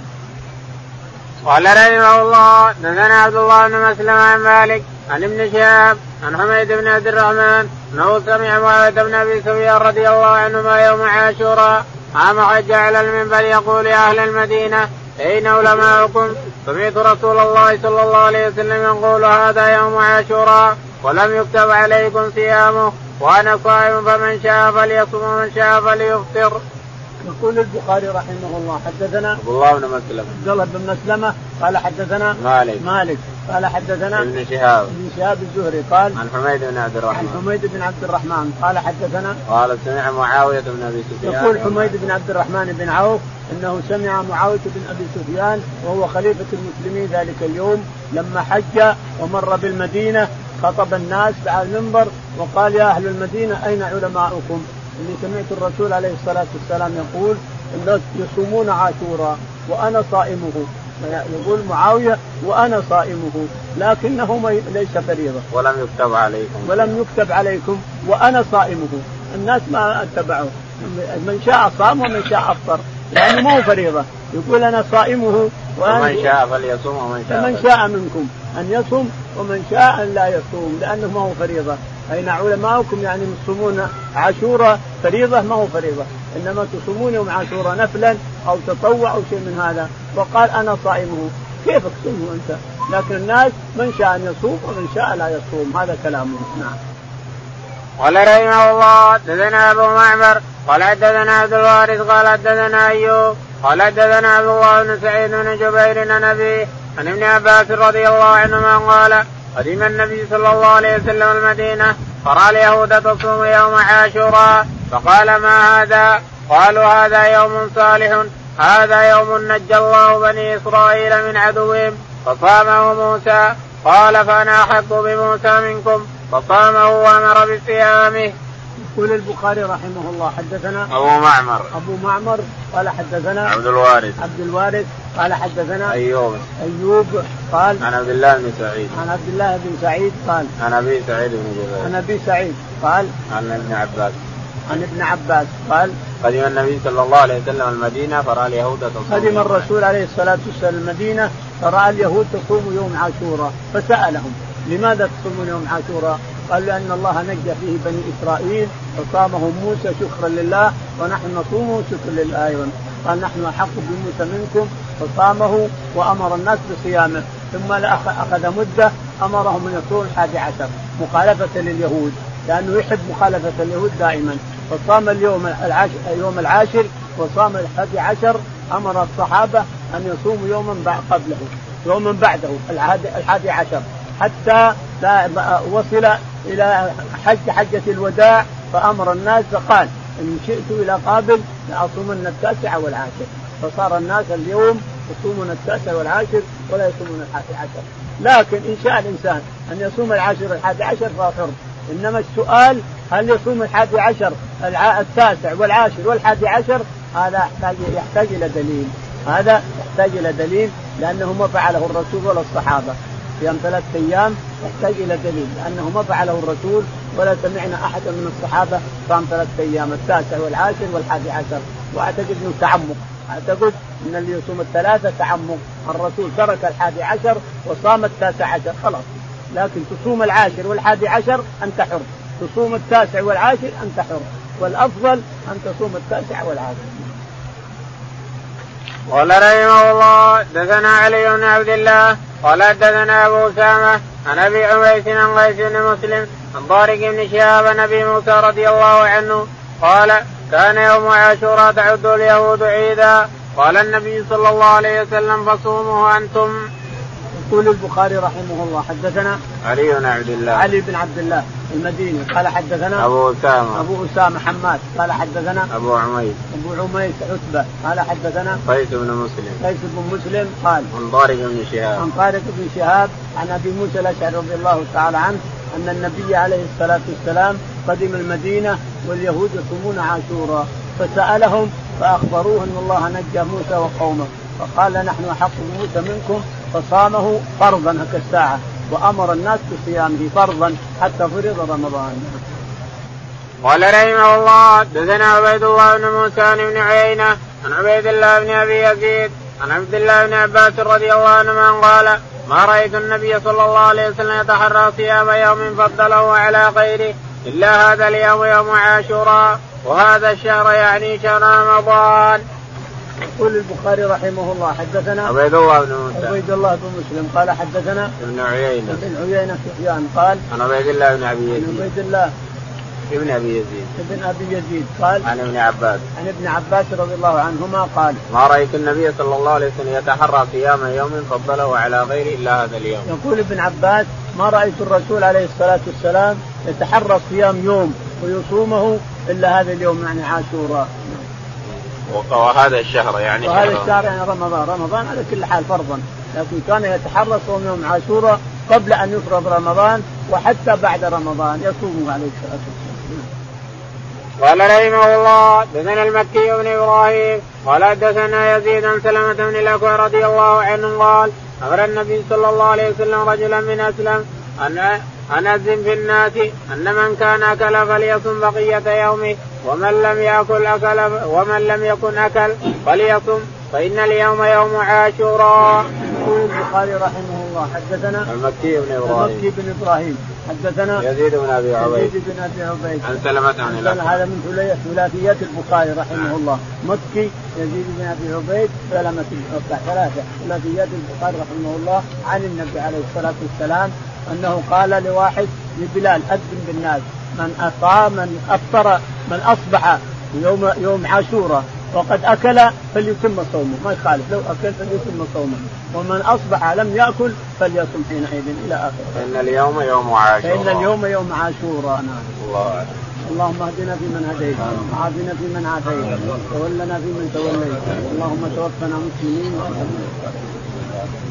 قال رحمه الله دثنا عبد الله بن مسلم عن مالك عن ابن شهاب عن حميد بن عبد الرحمن انه سمع معاوية بن ابي سفيان رضي الله عنهما يوم عاشوراء عام حج على المنبر يقول يا اهل المدينه اين علماؤكم؟ سمعت رسول الله صلى الله عليه وسلم يقول هذا يوم عاشوراء ولم يكتب عليكم صيامه وانا صائم فمن شاء فليصم ومن شاء فليفطر. يقول البخاري رحمه الله حدثنا عبد الله بن مسلمة عبد الله بن مسلمة قال حدثنا مالك قال حدثنا ابن شهاب الزهري قال عن حميد بن عبد الرحمن قال حدثنا قال سمع معاوية بن أبي سفيان. يقول حميد بن عبد الرحمن بن عوف انه سمع معاوية بن ابي سفيان وهو خليفة المسلمين ذلك اليوم لما حج ومر بالمدينة خطب الناس على المنبر وقال يا اهل المدينة اين علماؤكم؟ اللي سمعت الرسول عليه الصلاة والسلام يقول الناس يصومون عاشوراء وأنا صائمه. يقول معاوية وأنا صائمه لكنه ليس فريضة ولم يكتب عليكم وأنا صائمه. الناس ما اتبعوا، من شاء صام ومن شاء أفطر لأنه ما هو فريضة. يقول أنا صائمه ومن شاء فليصوم ومن شاء منكم أن يصوم ومن شاء أن لا يصوم لأنه ما هو فريضة. أين علماؤكم؟ يعني تصومون عاشوراء فريضة ما هو فريضة، إنما تصومون يوم عاشوراء نفلا أو تطوع أو شيء من هذا. وقال أنا صائمه. كيف تصومه أنت؟ لكن الناس من شاء أن يصوم ومن شاء لا يصوم، هذا كلامه. نعم. قال رحمه الله حدثنا أبو معمر قال حدثنا عبد الوارث قال حدثنا أيوب قال حدثنا عبد الله بن سعيد بن جبير عن أبيه عن ابن عباس رضي الله عنهما قال قدم النبي صلى الله عليه وسلم المدينة فرأى اليهود تصوم يوم عاشوراء فقال ما هذا؟ قالوا هذا يوم صالح، هذا يوم نجى الله بني إسرائيل من عدوهم فصامه موسى. قال فأنا أحق بموسى منكم فصامه وأمر بصيامه. يقول البخاري رحمه الله حدثنا أبو معمر قال حدثنا عبد الوارث قال حدثنا أيوب قال عن عبد الله بن سعيد قال عن أبي سعيد بن جبير عن أبي سعيد قال عن ابن عباس قال قدم النبي صلى الله عليه وسلم المدينة فرأى اليهود تصوم. قدم الرسول عليه الصلاة والسلام المدينة فرأى اليهود تصوم يوم عاشوراء فسألهم لماذا تصومون يوم عاشوراء؟ قال لأن الله نجى فيه بني إسرائيل فصامه موسى شكرا لله ونحن نصومه شكرا لله أيضا. قال نحن أحق بموسى منكم فصامه وأمر الناس بصيامه. ثم أخذ مدة أمرهم أن يصوموا 11 مخالفة لليهود لأنه يحب مخالفة اليهود دائما. فصام يوم العاشر وصام 11. أمر الصحابة أن يصوموا يوما بعده 11 حتى وصل إلى حجة الوداع فأمر الناس فقال إن شئت إلى قابل لأصومن 9 والعاشر. فصار الناس اليوم يصومون 9 والعاشر ولا يصومون 11. لكن إن شاء الإنسان أن يصوم 10 11 فأخر. إنما السؤال هل يصوم 11 9 والعاشر 11 هذا يحتاج إلى دليل لأنه ما فعله الرسول ولا الصحابة. صيام 3 أيام يحتاج إلى دليل لأنه ما فعله الرسول ولا سمعنا أحد من الصحابة صام 3 أيام 9 والعاشر 11. وأعتقد أنه تعمق، أعتقد أن اللي يصوم 3 تعمق. الرسول ترك 11 وصام 19 خلاص. لكن تصوم 10 و11 أنت حر، تصوم 9 والعاشر أنت حر، والأفضل أن تصوم 9 والعاشر. قال رحمه الله دثنا علي بن عبد الله قال حدثنا ابو اسامه عن ابي عميس عن قيس بن مسلم عن طارق بن شهاب عن ابي موسى رضي الله عنه قال كان يوم عاشوراء تعد اليهود عيدا قال النبي صلى الله عليه وسلم فصوموه انتم. يقول البخاري رحمه الله حدثنا علي بن عبد الله المديني قال حدثنا أبو أسامة حماد قال حدثنا أبو عميس عتبة قال حدثنا قيس بن مسلم قال عن طارق بن شهاب عن أبي موسى الأشعري رضي الله تعالى عنه أن النبي عليه الصلاة والسلام قدم المدينة واليهود يصومون عاشوراء فسألهم فأخبروه أن الله نجى موسى وقومه فقال نحن أحق بموسى منكم فصامه فرضا كالساعة وأمر الناس بصيامه فرضا حتى فرض رمضان. قال رحمه الله حدثنا عبيد الله بن موسى بن عيينة عن عبيد الله بن أبي يزيد عن عبد الله بن عباس رضي الله عنهما قال ما رأيت النبي صلى الله عليه وسلم يتحرى صيام يوم فضله على غيره إلا هذا اليوم يوم عاشوراء وهذا الشهر يعني شهر رمضان. يقول البخاري رحمه الله حدثنا عبيد الله بن مسلم قال حدثنا ابن عيينة سفيان قال عن عبيد الله بن أبي يزيد قال عن ابن عباس رضي الله عنهما قال ما رأيت النبي صلى الله عليه وسلم يتحرى صيام يوم فضله على غيره إلا هذا اليوم. يقول ابن عباس ما رأيت الرسول عليه الصلاة والسلام يتحرى صيام يوم ويصومه إلا هذا اليوم يعني عاشوراء. وهذا الشهر يعني رمضان على كل حال فرضا لكن كان يتحرى صوم يوم عاشوراء قبل أن يفرض رمضان وحتى بعد رمضان يصومه عليه الصلاة والسلام. قال رحمه الله دثنا المكي بن إبراهيم قال دثنا يزيد عن سلمة بن الأكوع رضي الله عنه قال أمر النبي صلى الله عليه وسلم رجلا من أسلم أن أذن في الناس أن من كان أكل فليصم بقية يومه ومن لم يكن أكل فليصم فإن اليوم يوم عاشوراء. يقول البخاري رحمه الله حدثنا المكي بن إبراهيم حدثنا يزيد بن أبي عبيد عن سلمة عن الأكوع. هذا من ثلاثيات البخاري رحمه الله مكي يزيد بن أبي عبيد سلمة الأكوع ثلاثة ثلاثيات البخاري رحمه الله عن النبي عليه الصلاة والسلام أنه قال لواحد لبلال أذن بالناس من أفطر من أصبح يوم عاشوراء وقد أكل فليتم صومه ما يخالف لو أكل فليتم صومه ومن أصبح لم يأكل فليصم حينئذ إلى آخره. فإن اليوم يوم عاشوراء. اللهم اهدنا فيمن هديت وعافنا فيمن عافيت وتولنا فيمن توليت اللهم توفنا مسلمين.